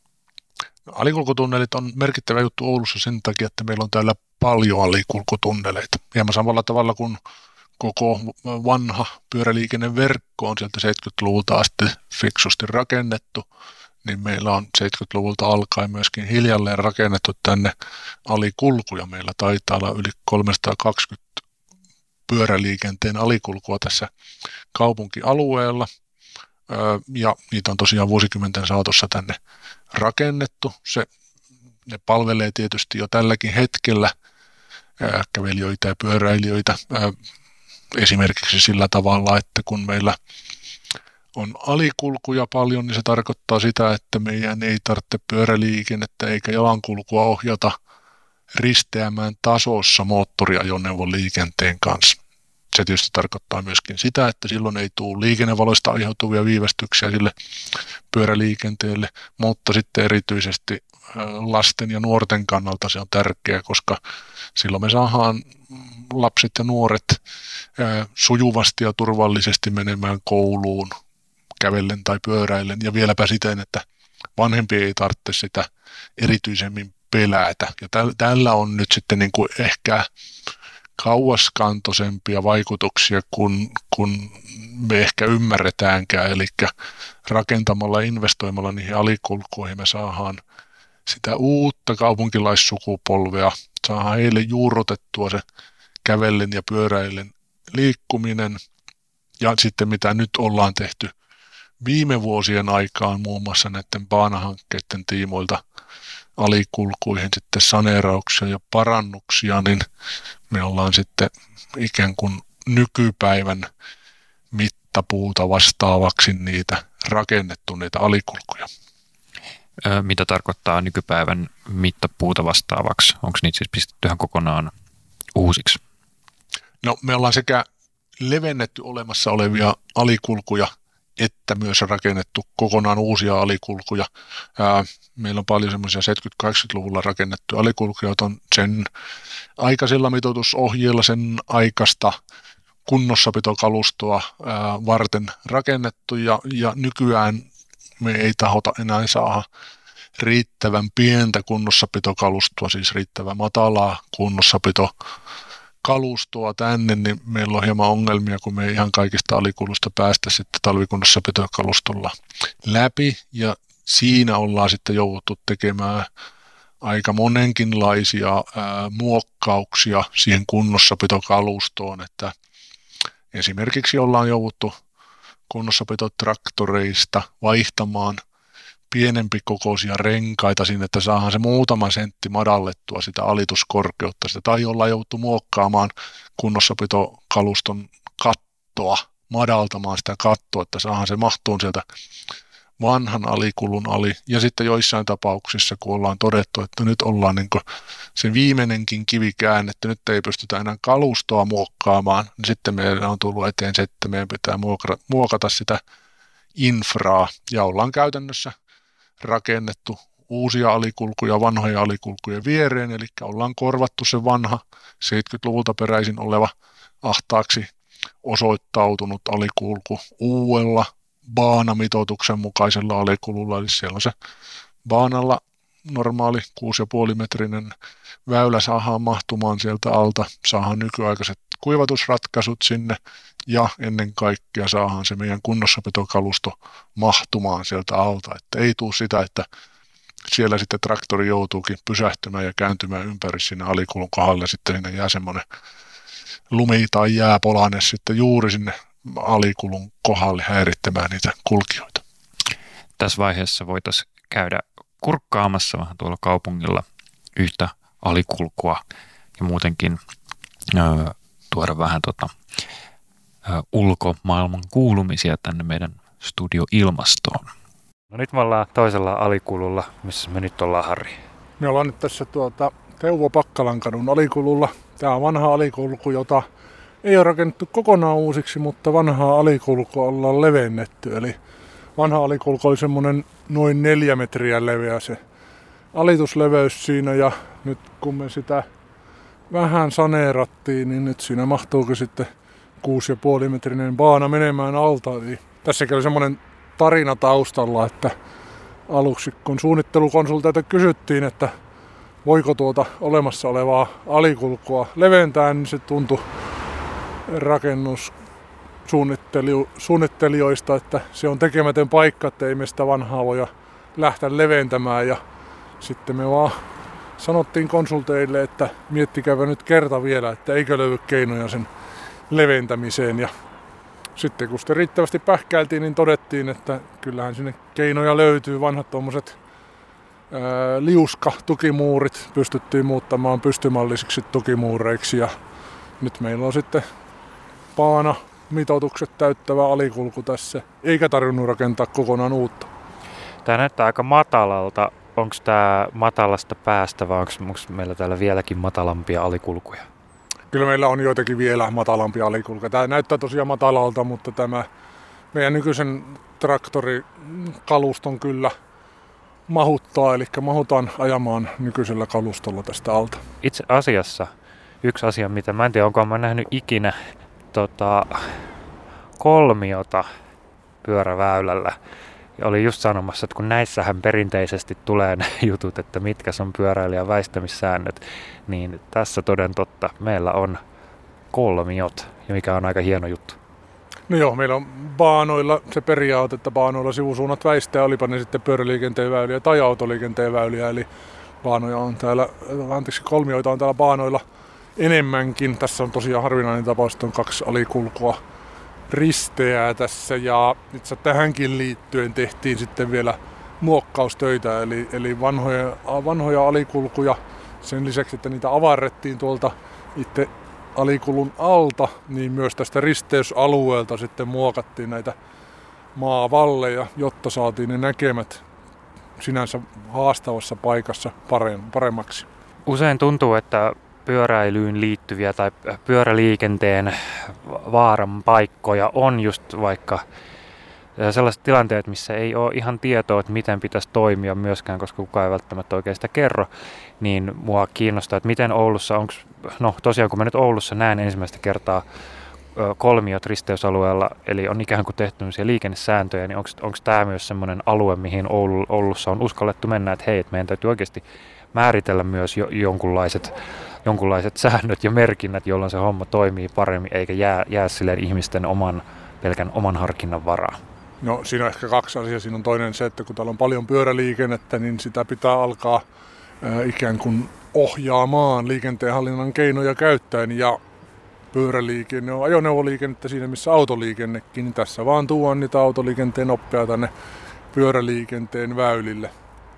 No, alikulkutunnelit on merkittävä juttu Oulussa sen takia, että meillä on täällä paljon alikulkutunneleita. Hieman samalla tavalla kuin koko vanha pyöräliikenneverkko on sieltä seitsemänkymmentäluvulta asti fiksusti rakennettu, niin meillä on seitsemänkymmentäluvulta alkaen myöskin hiljalleen rakennettu tänne alikulkuja. Meillä taitaa olla yli kolmesataakaksikymmentä pyöräliikenteen alikulkua tässä kaupunkialueella, ja niitä on tosiaan vuosikymmenten saatossa tänne rakennettu. Se, ne palvelee tietysti jo tälläkin hetkellä kävelijöitä ja pyöräilijöitä esimerkiksi sillä tavalla, että kun meillä on alikulkuja paljon, niin se tarkoittaa sitä, että meidän ei tarvitse pyöräliikennettä eikä jalankulkua ohjata risteämään tasossa moottoriajoneuvon liikenteen kanssa. Se tietysti tarkoittaa myöskin sitä, että silloin ei tule liikennevaloista aiheutuvia viivästyksiä sille pyöräliikenteelle, mutta sitten erityisesti lasten ja nuorten kannalta se on tärkeää, koska silloin me saadaan lapset ja nuoret sujuvasti ja turvallisesti menemään kouluun kävellen tai pyöräillen, ja vieläpä siten, että vanhempi ei tarvitse sitä erityisemmin pelätä. Ja tällä on nyt sitten niin kuin ehkä kauaskantoisempia vaikutuksia kuin, kuin me ehkä ymmärretäänkään, eli rakentamalla ja investoimalla niihin alikulkuihin me saadaan sitä uutta kaupunkilaissukupolvea, saadaan heille juurrutettua se kävellen ja pyöräillen liikkuminen, ja sitten mitä nyt ollaan tehty viime vuosien aikaan muun muassa näiden baanahankkeiden tiimoilta alikulkuihin sitten saneerauksia ja parannuksia, niin me ollaan sitten ikään kuin nykypäivän mittapuuta vastaavaksi niitä rakennettu niitä alikulkuja. Mitä tarkoittaa nykypäivän mittapuuta vastaavaksi? Onko niitä siis pistetty ihan kokonaan uusiksi? No, me ollaan sekä levennetty olemassa olevia alikulkuja että myös rakennettu kokonaan uusia alikulkuja. Ää, meillä on paljon semmoisia seitsemänkymmentä-kahdeksankymmentäluvulla rakennettuja alikulkuja, on sen aikaisilla mitoitusohjeilla sen aikaista kunnossapitokalustoa ää, varten rakennettu, ja, ja nykyään me ei tahota enää saada riittävän pientä kunnossapitokalustoa, siis riittävän matalaa kunnossapitokalustoa tänne, niin meillä on hieman ongelmia, kun me ei ihan kaikista alikulusta päästä sitten talvikunnossapitokalustolla läpi, ja siinä ollaan sitten jouduttu tekemään aika monenkinlaisia ää, muokkauksia siihen kunnossapitokalustoon, että esimerkiksi ollaan jouduttu kunnossapitotraktoreista vaihtamaan pienempi kokoisia renkaita sinne, että saadaan se muutama sentti madallettua sitä alituskorkeutta. Sitä, tai ollaan jouduttu muokkaamaan kunnossapitokaluston kattoa, madaltamaan sitä kattoa, että saadaan se mahtuun sieltä vanhan alikulun ali. Ja sitten joissain tapauksissa, kun ollaan todettu, että nyt ollaan niin kuin sen viimeinenkin kivi käännetty, nyt ei pystytä enää kalustoa muokkaamaan, niin sitten meillä on tullut eteen se, että meidän pitää muokata, muokata sitä infraa, ja ollaan käytännössä rakennettu uusia alikulkuja vanhoja alikulkuja viereen, eli ollaan korvattu se vanha seitsemänkymmentäluvulta peräisin oleva ahtaaksi osoittautunut alikulku uudella baanamitoituksen mukaisella alikululla, eli siellä on se baanalla normaali kuusi pilkku viisi metrinen väylä, saadaan mahtumaan sieltä alta, saadaan nykyaikaiset kuivatusratkaisut sinne, ja ennen kaikkea saadaan se meidän kunnossapitokalusto mahtumaan sieltä alta, että ei tule sitä, että siellä sitten traktori joutuukin pysähtymään ja kääntymään ympäri siinä alikulun kohdalle, ja sitten sinne jää semmoinen lumi- tai jääpolane sitten juuri sinne alikulun kohdalle häirittämään niitä kulkijoita. Tässä vaiheessa voitaisiin käydä kurkkaamassa vähän tuolla kaupungilla yhtä alikulkua ja muutenkin ö, tuoda vähän tota, ö, ulkomaailman kuulumisia tänne meidän studioilmastoon. No nyt me ollaan toisella alikululla, missä me nyt ollaan, Harri. Me ollaan nyt tässä tuota Teuvo Pakkalankadun alikululla. Tämä on vanha alikulku, jota ei ole rakennettu kokonaan uusiksi, mutta vanhaa alikulkua ollaan levennetty. Eli vanha alikulku oli semmoinen noin neljä metriä leveä se alitusleveys siinä, ja nyt kun me sitä vähän saneerattiin, niin nyt siinä mahtuukin sitten kuusi pilkku viisi metrinen baana menemään alta. Eli tässäkin oli semmoinen tarina taustalla, että aluksi kun suunnittelukonsulteilta kysyttiin, että voiko tuota olemassa olevaa alikulkua leventää, niin se tuntui rakennussuunnittelijoista, että se on tekemätön paikka, että ei me sitä vanhaa voida lähteä leventämään ja sitten me vaan sanottiin konsulteille, että miettikääpä nyt kerta vielä, että eikö löydy keinoja sen leventämiseen. Ja sitten kun sitten riittävästi pähkäiltiin, niin todettiin, että kyllähän sinne keinoja löytyy. Vanhat tuommoiset liuska-tukimuurit pystyttiin muuttamaan pystymallisiksi tukimuureiksi. Ja nyt meillä on sitten paana mitoitukset täyttävä alikulku tässä, eikä tarvinnut rakentaa kokonaan uutta. Tämä näyttää aika matalalta. Onko tämä matalasta päästä vai onko meillä täällä vieläkin matalampia alikulkuja? Kyllä meillä on joitakin vielä matalampia alikulkuja. Tämä näyttää tosiaan matalalta, mutta tämä meidän nykyisen traktorikaluston kyllä mahuttaa, eli mahutaan ajamaan nykyisellä kalustolla tästä alta. Itse asiassa yksi asia, mitä mä en tiedä, onko mä nähnyt ikinä tota, kolmiota pyöräväylällä. Ja oli just sanomassa, että kun näissähän perinteisesti tulee ne jutut, että mitkä on pyöräilijän väistämissäännöt, niin tässä toden totta meillä on kolmiot, ja mikä on aika hieno juttu. No joo, meillä on baanoilla se periaate, että baanoilla sivusuunnat väistää, olipa ne sitten pyöräliikenteen väyliä tai autoliikenteen väyliä, eli baanoja on täällä, anteeksi, kolmioita on täällä baanoilla enemmänkin. Tässä on tosiaan harvinainen tapaus, että on kaksi alikulkua risteää tässä, ja itse tähänkin liittyen tehtiin sitten vielä muokkaustöitä, eli, eli vanhoja, vanhoja alikulkuja sen lisäksi, että niitä avarrettiin tuolta itse alikulun alta, niin myös tästä risteysalueelta sitten muokattiin näitä maavalleja, jotta saatiin ne näkemät sinänsä haastavassa paikassa paremmaksi. Usein tuntuu, että pyöräilyyn liittyviä tai pyöräliikenteen vaaran paikkoja on just vaikka sellaiset tilanteet, missä ei ole ihan tietoa, että miten pitäisi toimia myöskään, koska kukaan ei välttämättä oikein sitä kerro, niin mua kiinnostaa, että miten Oulussa, onko, no tosiaan kun mä nyt Oulussa näen ensimmäistä kertaa kolmiot risteysalueella, eli on ikään kuin tehty liikennesääntöjä, niin onko tämä myös semmoinen alue, mihin Oulu, Oulussa on uskallettu mennä, että hei, että meidän täytyy oikeasti määritellä myös jo, jonkunlaiset, jonkunlaiset säännöt ja merkinnät, jolloin se homma toimii paremmin, eikä jää, jää silleen ihmisten oman, pelkän oman harkinnan varaan. No siinä on ehkä kaksi asiaa. Siinä on toinen se, että kun täällä on paljon pyöräliikennettä, niin sitä pitää alkaa ää, ikään kuin ohjaamaan liikenteenhallinnan keinoja käyttäen. Ja pyöräliikenne on ajoneuvoliikennettä siinä, missä autoliikennekin. Niin tässä vaan tuon niitä autoliikenteen oppeja tänne pyöräliikenteen väylille.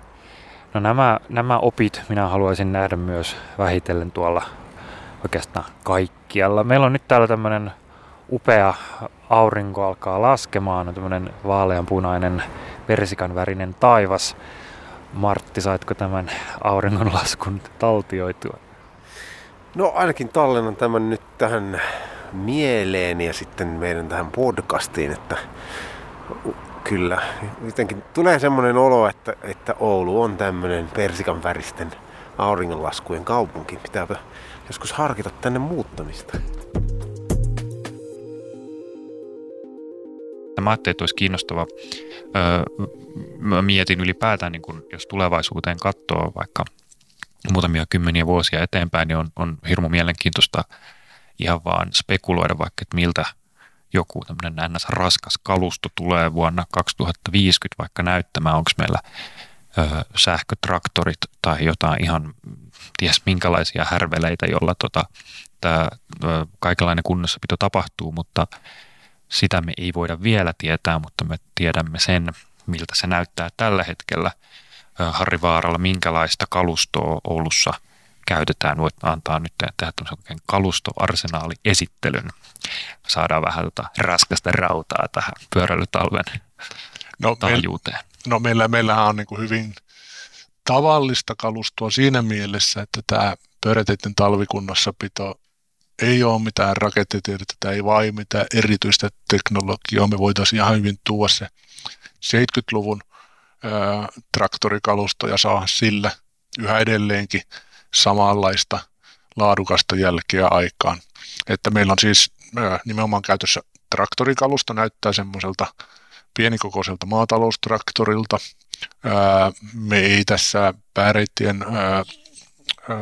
No nämä, nämä opit minä haluaisin nähdä myös vähitellen tuolla oikeastaan kaikkialla. Meillä on nyt täällä tämmöinen upea aurinko alkaa laskemaan, on tämmöinen vaaleanpunainen persikan värinen taivas. Martti, saitko tämän auringonlaskun taltioitua? No ainakin tallennan tämän nyt tähän mieleen ja sitten meidän tähän podcastiin, että kyllä jotenkin tulee semmoinen olo, että, että Oulu on tämmöinen persikan väristen auringonlaskujen kaupunki. Pitääpä joskus harkita tänne muuttamista. Mä ajattelin, että olisi kiinnostava. Öö, mä mietin ylipäätään, niin kun, jos tulevaisuuteen katsoo vaikka muutamia kymmeniä vuosia eteenpäin, niin on, on hirmu mielenkiintoista ihan vaan spekuloida vaikka, että miltä joku tämmöinen ns. Raskas kalusto tulee vuonna kaksituhattaviisikymmentä vaikka näyttämään, onko meillä ö, sähkötraktorit tai jotain ihan ties minkälaisia härveleitä, jolla tota, tämä kaikenlainen kunnossapito tapahtuu, mutta sitä me ei voida vielä tietää, mutta me tiedämme sen, miltä se näyttää tällä hetkellä Harri Vaaralla, minkälaista kalustoa Oulussa käytetään. Voit antaa nyt tehdä tämmöisen kalustoarsenaali-esittelyn. Saadaan vähän tota raskasta rautaa tähän pyöräilytalven no, taajuuteen. Me, no meillä, meillähän on niin kuin hyvin tavallista kalustoa siinä mielessä, että tämä pyöräteiden talvikunnossapito ei ole mitään rakettitiedettä, ei vai mitään erityistä teknologiaa. Me voitaisiin ihan hyvin tuoda se seitsemänkymmentäluvun ää, traktorikalusto ja saada sillä yhä edelleenkin samanlaista laadukasta jälkeä aikaan. Että meillä on siis ää, nimenomaan käytössä traktorikalusto, näyttää semmoiselta pienikokoiselta maataloustraktorilta. Ää, me ei tässä pääreittien ää,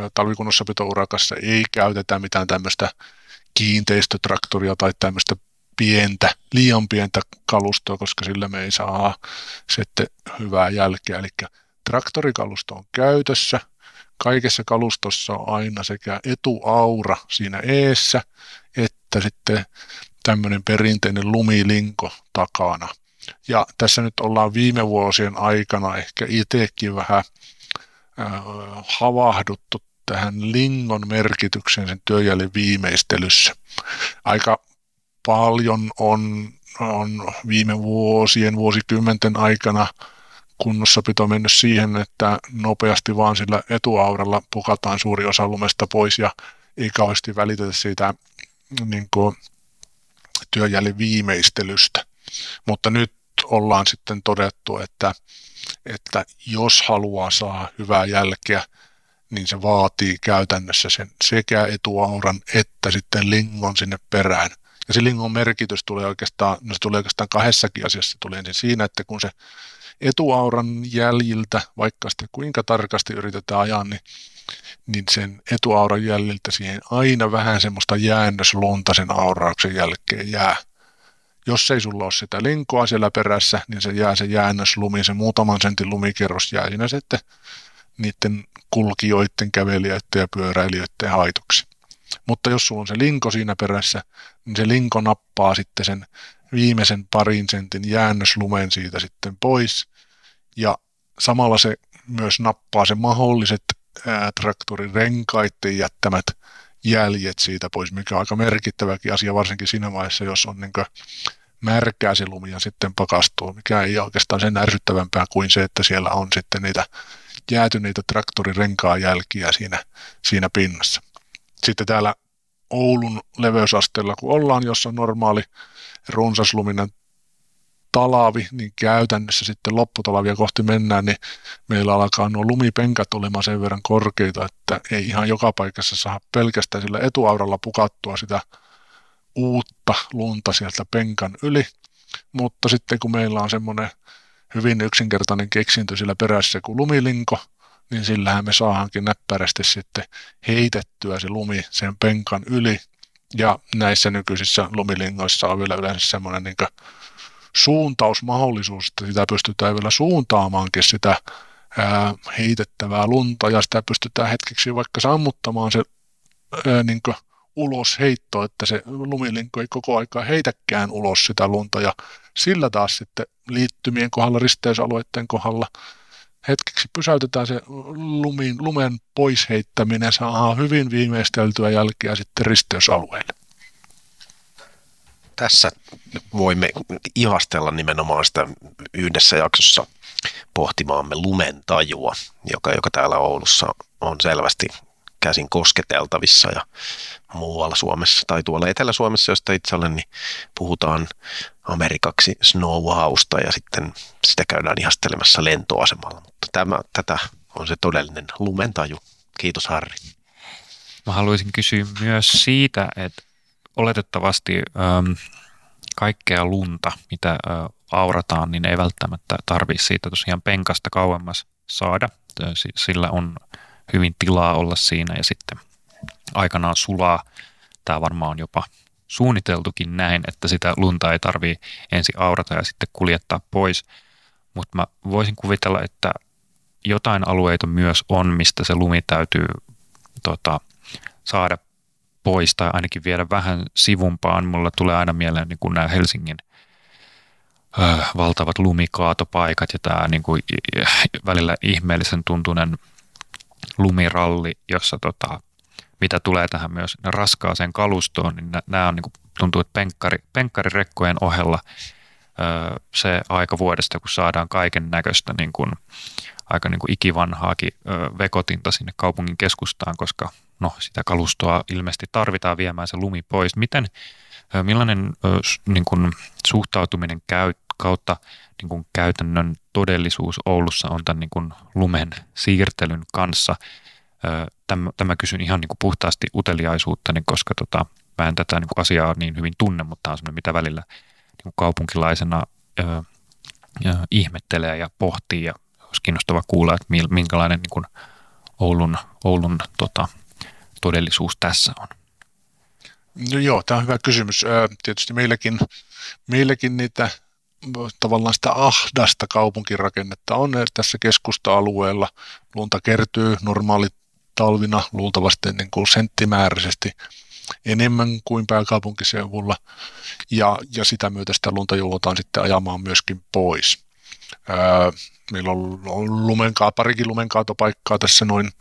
talvikunnossapito-urakassa ei käytetä mitään tämmöistä kiinteistötraktoria tai tämmöistä pientä, liian pientä kalustoa, koska sillä me ei saa sitten hyvää jälkeä. Eli traktorikalusto on käytössä. Kaikessa kalustossa on aina sekä etuaura siinä eessä, että sitten tämmöinen perinteinen lumilinko takana. Ja tässä nyt ollaan viime vuosien aikana ehkä itsekin vähän äh, havahduttu tähän lingon merkitykseen sen työjäljen viimeistelyssä. Aika paljon on, on viime vuosien, vuosikymmenten aikana kunnossapito mennyt siihen, että nopeasti vaan sillä etuauralla pukataan suuri osa lumesta pois ja ei kauheasti välitetä siitä niin kuin, työjäljen viimeistelystä. Mutta nyt ollaan sitten todettu, että, että jos haluaa saada hyvää jälkeä, niin se vaatii käytännössä sen sekä etuauran että sitten lingon sinne perään. Ja se lingon merkitys tulee oikeastaan, no se tulee oikeastaan kahdessakin asiassa. Se tulee ensin siinä, että kun se etuauran jäljiltä, vaikka sitten kuinka tarkasti yritetään ajaa, niin, niin sen etuauran jäljiltä siihen aina vähän semmoista jäännöslunta sen aurauksen jälkeen jää. Jos ei sulla ole sitä linkoa siellä perässä, niin se jää se jäännöslumi, se muutaman sentin lumikerros jää siinä sitten niiden kulkijoiden, kävelijöiden ja pyöräilijöiden haitoksi. Mutta jos sulla on se linko siinä perässä, niin se linko nappaa sitten sen viimeisen parin sentin jäännöslumen siitä sitten pois. Ja samalla se myös nappaa se mahdolliset ää, traktorin renkaiden jättämät jäljet siitä pois, mikä on aika merkittäväkin asia, varsinkin siinä vaiheessa, jos on niin kuin märkää se lumi ja sitten pakastuu, mikä ei ole oikeastaan sen ärsyttävämpää kuin se, että siellä on sitten niitä jäätyneitä traktorin renkaan jälkiä siinä, siinä pinnassa. Sitten täällä Oulun leveysasteella, kun ollaan, jossa on normaali runsasluminen talavi, niin käytännössä sitten lopputalavia kohti mennään, niin meillä alkaa nuo lumipenkat olemaan sen verran korkeita, että ei ihan joka paikassa saa pelkästään sillä etuauralla pukattua sitä uutta lunta sieltä penkan yli, mutta sitten kun meillä on semmoinen hyvin yksinkertainen keksintö sillä perässä kuin lumilinko, niin sillähän me saadaankin näppärästi sitten heitettyä se lumi sen penkan yli. Ja näissä nykyisissä lumilingoissa on vielä yleensä semmoinen niin kuin suuntausmahdollisuus, että sitä pystytään vielä suuntaamaankin sitä ää, heitettävää lunta, ja sitä pystytään hetkeksi vaikka sammuttamaan se ää, niin kuin ulos heitto, että se lumilinko ei koko aikaa heitäkään ulos sitä lunta, ja sillä taas sitten liittymien kohdalla, risteysalueiden kohdalla hetkeksi pysäytetään se lumin, lumen pois heittäminen, saa hyvin viimeisteltyä jälkeä sitten risteysalueelle. Tässä voimme ihastella nimenomaan sitä yhdessä jaksossa pohtimaamme lumen tajua, joka, joka täällä Oulussa on selvästi käsin kosketeltavissa, ja muualla Suomessa tai tuolla Etelä-Suomessa, josta itse olen, niin puhutaan amerikaksi snowhausta, ja sitten sitä käydään ihastelemassa lentoasemalla. Mutta tämä, tätä on se todellinen lumentaju. Kiitos, Harri. Mä haluaisin kysyä myös siitä, että oletettavasti ähm, kaikkea lunta, mitä äh, aurataan, niin ei välttämättä tarvitse siitä tosiaan penkasta kauemmas saada. Sillä on hyvin tilaa olla siinä ja sitten aikanaan sulaa. Tämä varmaan on jopa suunniteltukin näin, että sitä lunta ei tarvitse ensin aurata ja sitten kuljettaa pois. Mutta mä voisin kuvitella, että jotain alueita myös on, mistä se lumi täytyy tota, saada pois tai ainakin viedä vähän sivumpaan. Mulla tulee aina mieleen niin kuin nämä Helsingin ö, valtavat lumikaatopaikat ja tämä niin kuin, välillä ihmeellisen tuntunen lumiralli, jossa tota, mitä tulee tähän myös raskaaseen kalustoon, niin nämä on, niin kuin, tuntuu, että penkkari, penkkarirekkojen ohella ö, se aika vuodesta, kun saadaan kaiken näköistä niin kuin, aika niin kuin ikivanhaakin ö, vekotinta sinne kaupungin keskustaan, koska no, sitä kalustoa ilmeisesti tarvitaan viemään se lumi pois. Miten, ö, millainen ö, niin kuin, suhtautuminen käy, kautta niin kuin käytännön todellisuus Oulussa on tämän niin kuin lumen siirtelyn kanssa? Tämä, tämä kysyn ihan niin kuin puhtaasti uteliaisuuttani, koska tota, mä en tätä niin kuin asiaa niin hyvin tunne, mutta tämä on sellainen, mitä välillä niin kuin kaupunkilaisena ö, ö, ihmettelee ja pohtii, ja olisi kiinnostava kuulla, että minkälainen niin kuin Oulun, Oulun tota, todellisuus tässä on. No joo, tämä on hyvä kysymys. Tietysti meilläkin, meilläkin niitä tavallaan sitä ahdasta kaupunkirakennetta on tässä keskusta-alueella. Lunta kertyy normaali talvina luultavasti niin kuin senttimääräisesti enemmän kuin pääkaupunkiseudulla, ja, ja sitä myötä sitä lunta joudutaan sitten ajamaan myöskin pois. Ää, meillä on lumenkaa, parikin lumenkaatopaikkaa tässä noin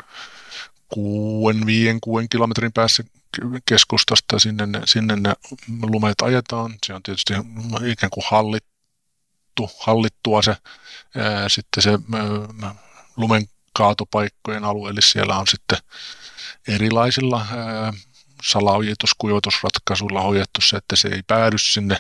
kuuden, viiden, kuuden kilometrin päässä keskustasta, sinne ne, sinne ne lumet ajetaan. Se on tietysti ikään kuin hallittu, hallittua se, ää, sitten se ää, lumenkaatopaikkojen alue, eli siellä on sitten erilaisilla ää, salaojitus, kuivatusratkaisuilla hoidettu se, että se ei päädy sinne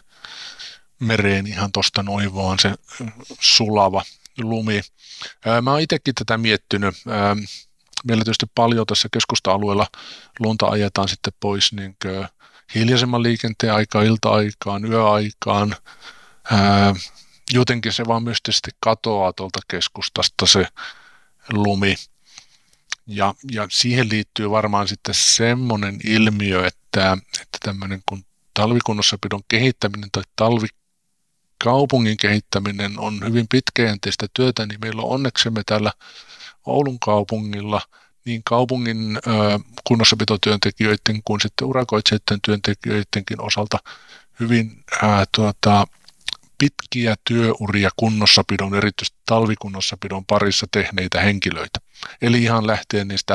mereen ihan tosta noin, vaan se sulava lumi. Ää, mä oon itsekin tätä miettinyt. Ää, meillä tietysti paljon tässä keskusta-alueella lunta ajetaan sitten pois niin hiljaisemman liikenteen aikaan, ilta-aikaan, yöaikaan. Ää, jotenkin se vaan mystisesti katoaa tuolta keskustasta se lumi. Ja, ja siihen liittyy varmaan sitten semmoinen ilmiö, että, että tämmöinen kun talvikunnossapidon kehittäminen tai talvikaupungin kehittäminen on hyvin pitkäjänteistä työtä, niin meillä on onneksemme täällä Oulun kaupungilla niin kaupungin ö, kunnossapitotyöntekijöiden kuin sitten urakoitsijoiden työntekijöidenkin osalta hyvin ää, tuota, pitkiä työuria kunnossapidon, erityisesti talvikunnossapidon parissa tehneitä henkilöitä. Eli ihan lähtien niistä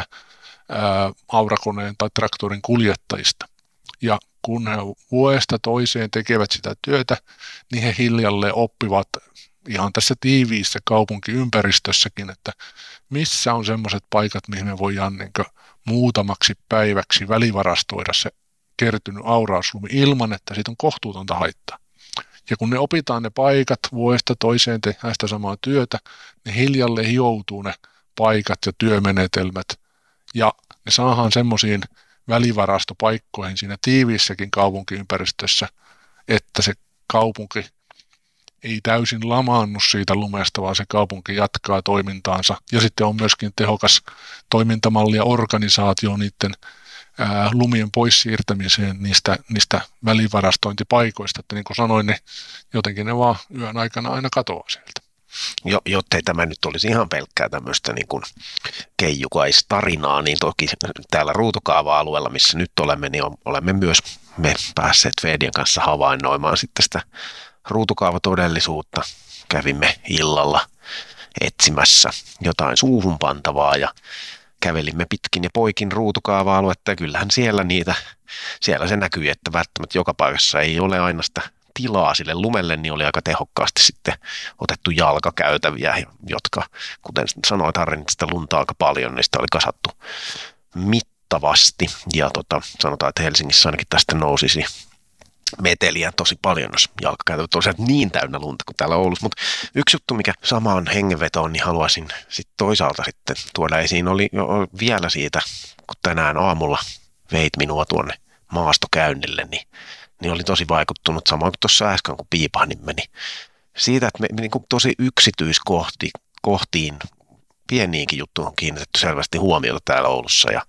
ää, aurakoneen tai traktorin kuljettajista. Ja kun he vuodesta toiseen tekevät sitä työtä, niin he hiljalleen oppivat ihan tässä tiiviissä kaupunkiympäristössäkin, että missä on semmoiset paikat, mihin me voidaan niin kuin muutamaksi päiväksi välivarastoida se kertynyt aurauslumi ilman, että siitä on kohtuutonta haittaa. Ja kun ne opitaan ne paikat vuodesta toiseen tehdään sitä samaa työtä, niin hiljalleen hioutuu ne paikat ja työmenetelmät. Ja ne saadaan semmoisiin välivarastopaikkoihin siinä tiiviissäkin kaupunkiympäristössä, että se kaupunki ei täysin lamaannu siitä lumesta, vaan se kaupunki jatkaa toimintaansa. Ja sitten on myöskin tehokas toimintamalli ja organisaatio niiden ää, lumien pois siirtämiseen niistä, niistä välivarastointipaikoista. Että niin kuin sanoin, niin jotenkin ne vaan yön aikana aina katoaa sieltä. Jo, jottei tämä nyt olisi ihan pelkkää tämmöistä niin kuin keijukaista-tarinaa, niin toki täällä ruutukaava-alueella, missä nyt olemme, niin olemme myös me päässeet Fedien kanssa havainnoimaan sitten sitä ruutukaavatodellisuutta. Kävimme illalla etsimässä jotain suuhun pantavaa ja kävelimme pitkin ja poikin ruutukaava-aluetta ja kyllähän siellä niitä, siellä se näkyy, että välttämättä joka paikassa ei ole aina sitä tilaa sille lumelle, niin oli aika tehokkaasti sitten otettu jalkakäytäviä, jotka, kuten sanoit Harri, niin sitä lunta aika paljon, niin sitä oli kasattu mittavasti ja tota, sanotaan, että Helsingissä ainakin tästä nousisi meteliä tosi paljon, jos jalkakäytävät olisivat niin täynnä lunta kuin täällä Oulussa. Mutta yksi juttu, mikä samaan hengenvetoon, niin haluaisin sitten toisaalta sitten tuoda esiin, oli jo vielä siitä, kun tänään aamulla veit minua tuonne maastokäynnille, niin, niin oli tosi vaikuttunut, samoin kuin tuossa äsken, kun piipahdimme, niin siitä, että me niin kuin tosi yksityiskohtiin, pieniinkin juttuihin on kiinnitetty selvästi huomiota täällä Oulussa. Ja,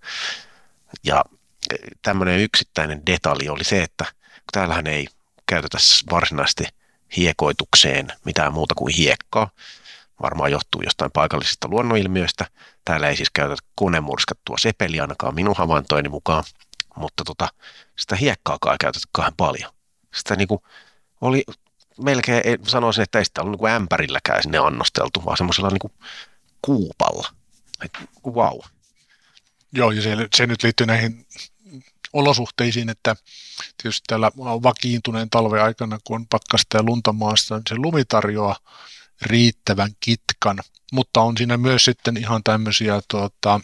ja tämmöinen yksittäinen detalji oli se, että täällähän ei käytetä varsinaisesti hiekoitukseen mitään muuta kuin hiekkaa. Varmaan johtuu jostain paikallisista luonnonilmiöistä. Täällä ei siis käytetä konemurskattua sepeliä ainakaan minun havaintojeni mukaan, mutta tota, sitä hiekkaakaan ei käytetä kahden paljon. Sitä niinku oli melkein, sanoisin, että ei sitä ollut niinku ämpärilläkään sinne annosteltu, vaan semmoisella niinku kuupalla. Et, wow. Joo, ja se, se nyt liittyy näihin olosuhteisiin, että tietysti täällä vakiintuneen talven aikana, kun on pakkasta ja lunta maassa, niin se lumi tarjoaa riittävän kitkan, mutta on siinä myös sitten ihan tämmöisiä tuota,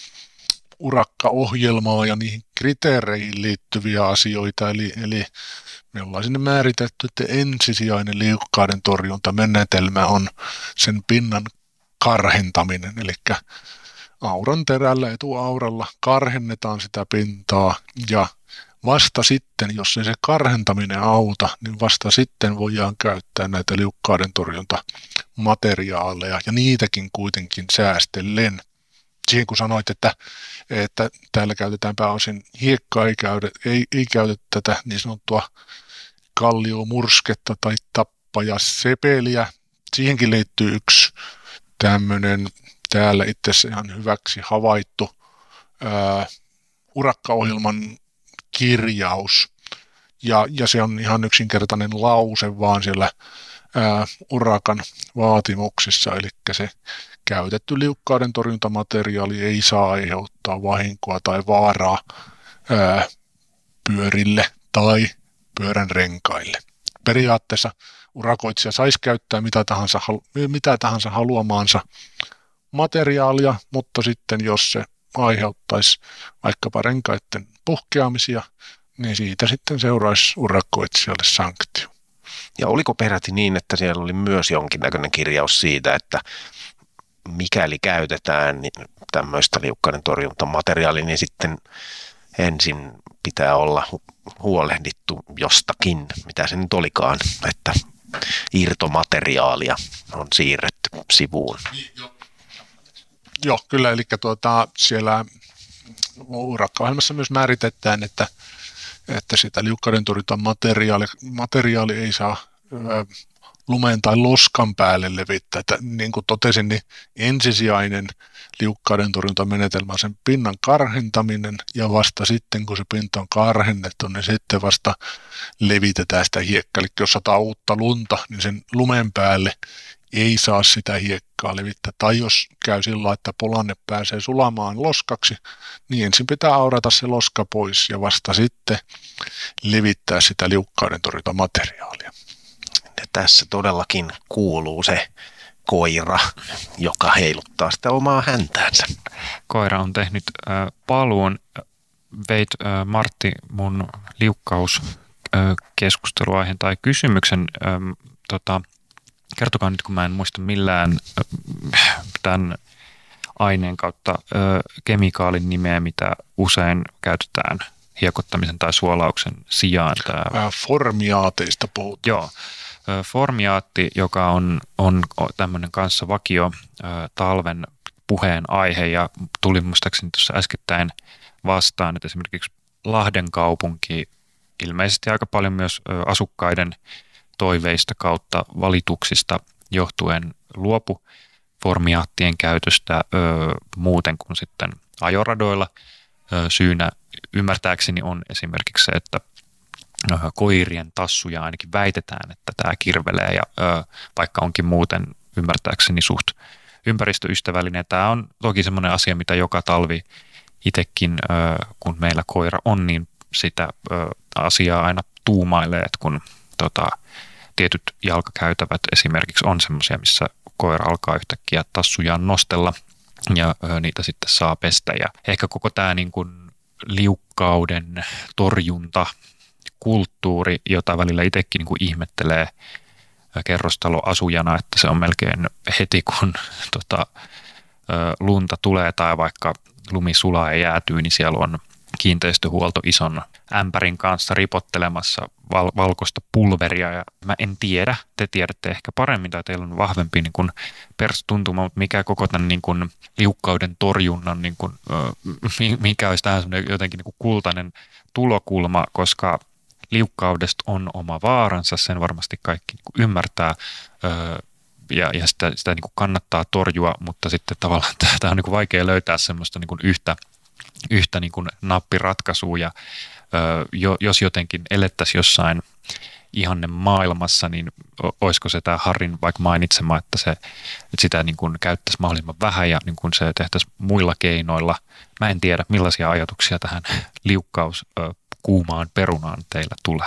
urakkaohjelmaa ja niihin kriteereihin liittyviä asioita, eli, eli me ollaan sinne määritetty, että ensisijainen liukkaiden torjuntamenetelmä on sen pinnan karhentaminen, eli auran terällä, etuauralla karhennetaan sitä pintaa ja vasta sitten, jos ei se karhentaminen auta, niin vasta sitten voidaan käyttää näitä liukkaiden torjuntamateriaaleja ja niitäkin kuitenkin säästellen. siihen kun sanoit, että, että täällä käytetään pääosin hiekkaa, ei, käytä, ei, ei käytetä tätä niin sanottua kalliomursketta tai tappajasepeliä. Siihenkin liittyy yksi tämmöinen täällä itse asiassa ihan hyväksi havaittu ää, urakkaohjelman kirjaus. Ja, ja se on ihan yksinkertainen lause vaan siellä ää, urakan vaatimuksissa, eli se käytetty liukkauden torjuntamateriaali ei saa aiheuttaa vahinkoa tai vaaraa ää, pyörille tai pyörän renkaille. Periaatteessa urakoitsija saisi käyttää mitä tahansa, mitä tahansa haluamaansa materiaalia, mutta sitten jos se aiheuttaisi vaikkapa renkaiden puhkeamisia, niin siitä sitten seuraisi urakoitsijalle sanktio. Ja oliko peräti niin, että siellä oli myös jonkinnäköinen kirjaus siitä, että mikäli käytetään niin tämmöistä liukkauden torjuntamateriaalia, niin sitten ensin pitää olla huolehdittu jostakin, mitä se nyt olikaan, että irtomateriaalia on siirretty sivuun. Joo, kyllä, eli tuota, siellä urakkaohjelmassa myös määritetään, että, että sitä liukkauden torjuntamateriaali materiaali ei saa ö, lumen tai loskan päälle levittää. Että, niin kuin totesin, niin ensisijainen liukkauden torjuntamenetelmä on sen pinnan karhentaminen, ja vasta sitten, kun se pinta on karhennettu, niin sitten vasta levitetään sitä hiekkaa. Eli jos sataa uutta lunta, niin sen lumen päälle ei saa sitä hiekkaa levittää. Tai jos käy sillä, että polanne pääsee sulamaan loskaksi, niin ensin pitää aurata se loska pois ja vasta sitten levittää sitä liukkauden torjuntamateriaalia. Ja tässä todellakin kuuluu se koira, joka heiluttaa sitä omaa häntäänsä. Koira on tehnyt äh, paluun. Veit äh, Martti mun liukkauskeskusteluaiheen äh, tai kysymyksen. Äh, tota, kertokaa nyt, kun mä en muista millään äh, tämän aineen kautta äh, kemikaalin nimeä, mitä usein käytetään hiekottamisen tai suolauksen sijaan. Tää... Formiaateista puhutaan. Joo. Formiaatti, joka on, on tämmöinen kanssa vakio talven puheen aihe, ja tuli muistaakseni tuossa äskettäin vastaan, että esimerkiksi Lahden kaupunki ilmeisesti aika paljon myös asukkaiden toiveista kautta valituksista johtuen luopu formiaattien käytöstä ö, muuten kuin sitten ajoradoilla. Ö, syynä ymmärtääkseni on esimerkiksi se, että koirien tassuja ainakin väitetään, että tämä kirvelee, ja ö, vaikka onkin muuten ymmärtääkseni suht ympäristöystävällinen. Tämä on toki semmoinen asia, mitä joka talvi itsekin, ö, kun meillä koira on, niin sitä ö, asiaa aina tuumailee, että kun tota, tietyt jalkakäytävät esimerkiksi on semmoisia, missä koira alkaa yhtäkkiä tassujaan nostella, ja ö, niitä sitten saa pestä. Ja ehkä koko tämä niin kuin liukkauden torjunta kulttuuri, jota välillä itsekin niin kuin ihmettelee kerrostaloasujana, että se on melkein heti, kun tota, lunta tulee tai vaikka lumi sulaa ja jäätyy, niin siellä on kiinteistöhuolto ison ämpärin kanssa ripottelemassa val- valkoista pulveria. Ja mä en tiedä, te tiedätte ehkä paremmin tai teillä on vahvempi niin kuin perstuntuma, mutta mikä koko tämän niin kuin liukkauden torjunnan, niin kuin, mikä olisi tähän jotenkin niin kuin kultainen tulokulma, koska liukkaudesta on oma vaaransa, sen varmasti kaikki niin kuin ymmärtää, ja, ja sitä, sitä niin kuin kannattaa torjua, mutta sitten tavallaan tämä on niin kuin vaikea löytää semmoista niin kuin yhtä, yhtä niin kuin nappiratkaisua, ja jos jotenkin elettäisiin jossain ihanne maailmassa, niin olisiko se tämä Harrin vaikka mainitsema, että, se, että sitä niin kuin käyttäisi mahdollisimman vähän ja niin kuin se tehtäisiin muilla keinoilla. Mä en tiedä, millaisia ajatuksia tähän liukkaus kuumaan perunaan teillä tulee.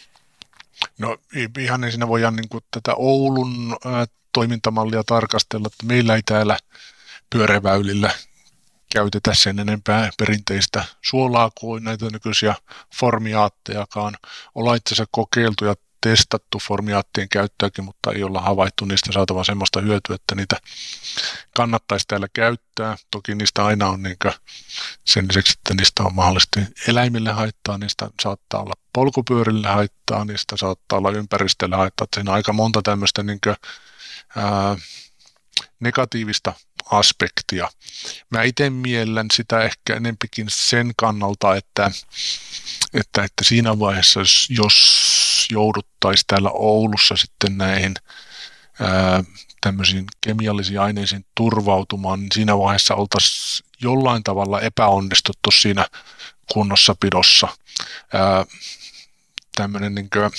No ihan ensin voidaan niin kuin tätä Oulun ä, toimintamallia tarkastella, että meillä ei täällä pyöräväylillä käytetä sen enempää perinteistä suolaa kuin näitä nykyisiä formiaattejakaan. Ollaan itse asiassa kokeiltu ja testattu formiaattien käyttöäkin, mutta ei olla havaittu niistä saatavan semmoista hyötyä, että niitä kannattaisi täällä käyttää. Toki niistä aina on niin sen lisäksi, että niistä on mahdollisesti eläimille haittaa, niistä saattaa olla polkupyörille haittaa, niistä saattaa olla ympäristölle haittaa. Siinä on aika monta tämmöistä niin kuin, ää, negatiivista aspektia. Mä itse miellän sitä ehkä enempikin sen kannalta, että, että, että siinä vaiheessa, jos, jos jouduttaisiin täällä Oulussa sitten näihin ää, tämmöisiin kemiallisiin aineisiin turvautumaan, niin siinä vaiheessa oltaisiin jollain tavalla epäonnistuttu siinä kunnossapidossa. Ää, tämmöinen niin kuin,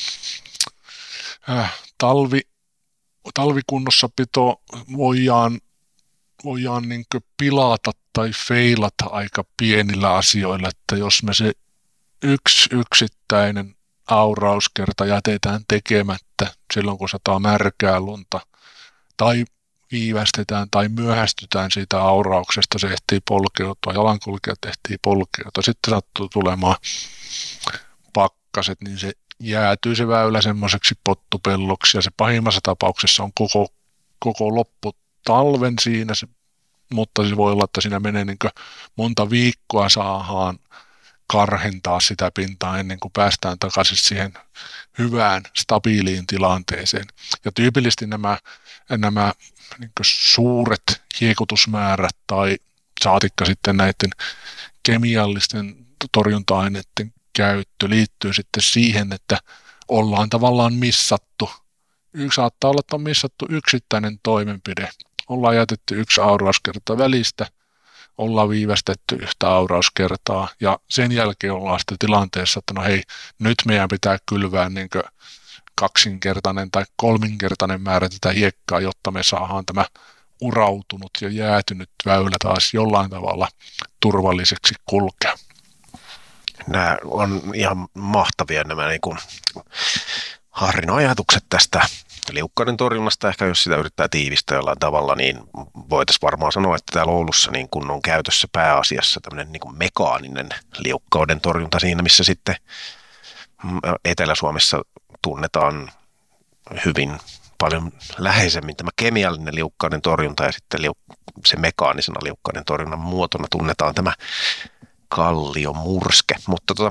ää, talvi, talvikunnossapito voidaan, voidaan niin kuin pilata tai feilata aika pienillä asioilla, että jos me se yksi yksittäinen aurauskerta jätetään tekemättä silloin, kun sataa märkää lunta, tai viivästetään tai myöhästytään siitä aurauksesta, se ehtii polkeutua, jalankulkijat ehtii polkeutua, sitten sattuu tulemaan pakkaset, niin se jäätyy se väylä semmoiseksi pottupelloksi, ja se pahimmassa tapauksessa on koko, koko loppu talven siinä, se, mutta se voi olla, että siinä menee niin kuin monta viikkoa saadaan karhentaa sitä pintaa ennen kuin päästään takaisin siihen hyvään, stabiiliin tilanteeseen. Ja tyypillisesti nämä, nämä niin kuin suuret hiekutusmäärät tai saatikka sitten näiden kemiallisten torjunta-aineiden käyttö liittyy sitten siihen, että ollaan tavallaan missattu. Yksi saattaa olla, että on missattu yksittäinen toimenpide. Ollaan jätetty yksi aurauskerta välistä, ollaan viivästetty yhtä aurauskertaa ja sen jälkeen ollaan sitten tilanteessa, että no hei, nyt meidän pitää kylvää niin kuin kaksinkertainen tai kolminkertainen määrä tätä hiekkaa, jotta me saadaan tämä urautunut ja jäätynyt väylä taas jollain tavalla turvalliseksi kulkea. Nämä on ihan mahtavia nämä niin kuin Harrin ajatukset tästä liukkauden torjunnasta. Ehkä jos sitä yrittää tiivistää jollain tavalla, niin voitaisiin varmaan sanoa, että täällä Oulussa niin kun on käytössä pääasiassa tämmöinen niin kuin mekaaninen liukkauden torjunta siinä, missä sitten Etelä-Suomessa tunnetaan hyvin paljon läheisemmin tämä kemiallinen liukkauden torjunta ja sitten se mekaanisena liukkauden torjunnan muotona tunnetaan tämä kalliomurske. Mutta tota,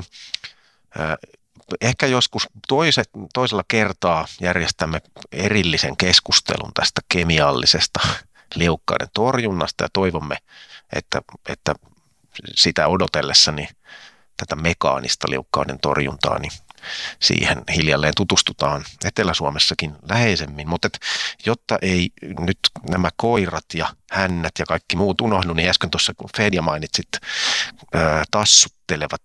ehkä joskus toiset, toisella kertaa järjestämme erillisen keskustelun tästä kemiallisesta liukkauden torjunnasta ja toivomme, että, että sitä odotellessa niin tätä mekaanista liukkauden torjuntaa, niin siihen hiljalleen tutustutaan Etelä-Suomessakin läheisemmin, mutta et, jotta ei nyt nämä koirat ja hännät ja kaikki muut unohdu, niin äsken tuossa kun Fedja mainitsit ää, tassuttelevat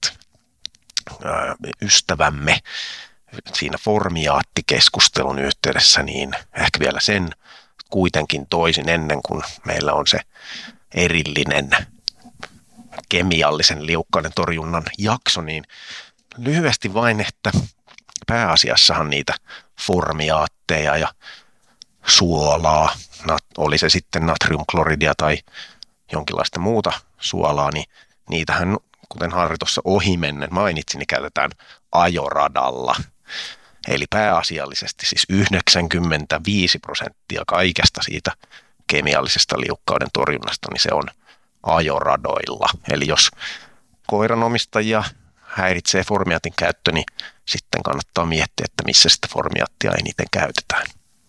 ää, ystävämme siinä formiaattikeskustelun yhteydessä, niin ehkä vielä sen kuitenkin toisin ennen kuin meillä on se erillinen kemiallisen liukkauden torjunnan jakso, niin lyhyesti vain, että pääasiassahan niitä formiaatteja ja suolaa, oli se sitten natriumkloridia tai jonkinlaista muuta suolaa, niin niitähän, kuten Harri tuossa ohimennen mainitsi, niin käytetään ajoradalla. Eli pääasiallisesti siis yhdeksänkymmentäviisi prosenttia kaikesta siitä kemiallisesta liukkauden torjunnasta, niin se on ajoradoilla. Eli jos koiranomistajia häiritsee formiaatin käyttö, niin sitten kannattaa miettiä, että missä sitä formiaattia eniten käytetään.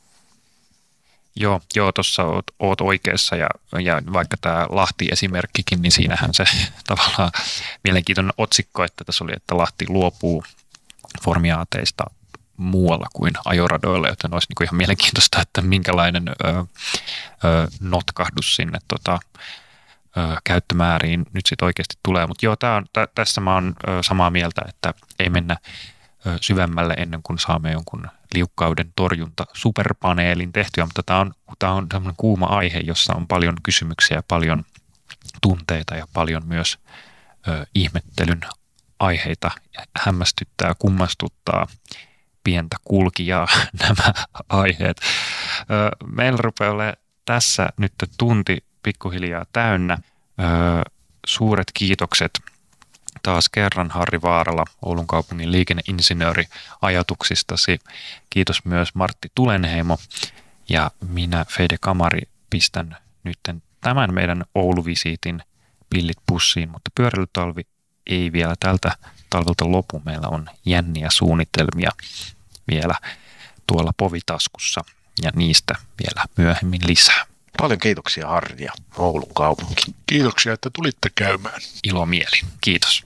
Joo, joo tuossa oot, oot oikeassa ja, ja vaikka tämä Lahti-esimerkkikin, niin siinähän se tavallaan mielenkiintoinen otsikko, että tässä oli, että Lahti luopuu formiaateista muualla kuin ajoradoilla, joten olisi niin ihan mielenkiintoista, että minkälainen ö, ö, notkahdus sinne tota, ö, käyttömääriin nyt sitten oikeasti tulee. Mutta joo, tää on, t- tässä mä oon ö, samaa mieltä, että ei mennä ö, syvemmälle ennen kuin saamme jonkun liukkauden torjunta superpaneelin tehtyä, mutta tämä on, tää on tämmöinen kuuma aihe, jossa on paljon kysymyksiä, paljon tunteita ja paljon myös ö, ihmettelyn aiheita, hämmästyttää, kummastuttaa pientä kulkijaa nämä aiheet. Meillä rupeaa olemaan tässä nyt tunti pikkuhiljaa täynnä. Suuret kiitokset taas kerran Harri Vaarala, Oulun kaupungin liikenneinsinööri, ajatuksistasi. Kiitos myös Martti Tulenheimo ja minä Fede Kamari pistän nyt tämän meidän Oulu-visiitin pillit pussiin, mutta pyöräilytalvi ei vielä tältä talvelta lopu. Meillä on jänniä suunnitelmia vielä tuolla povitaskussa ja niistä vielä myöhemmin lisää. Paljon kiitoksia Harri ja Oulun kaupunki. Kiitoksia, että tulitte käymään. Ilomieli. Kiitos.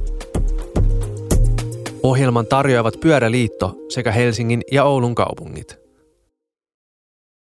Ohjelman tarjoavat Pyöräliitto sekä Helsingin ja Oulun kaupungit.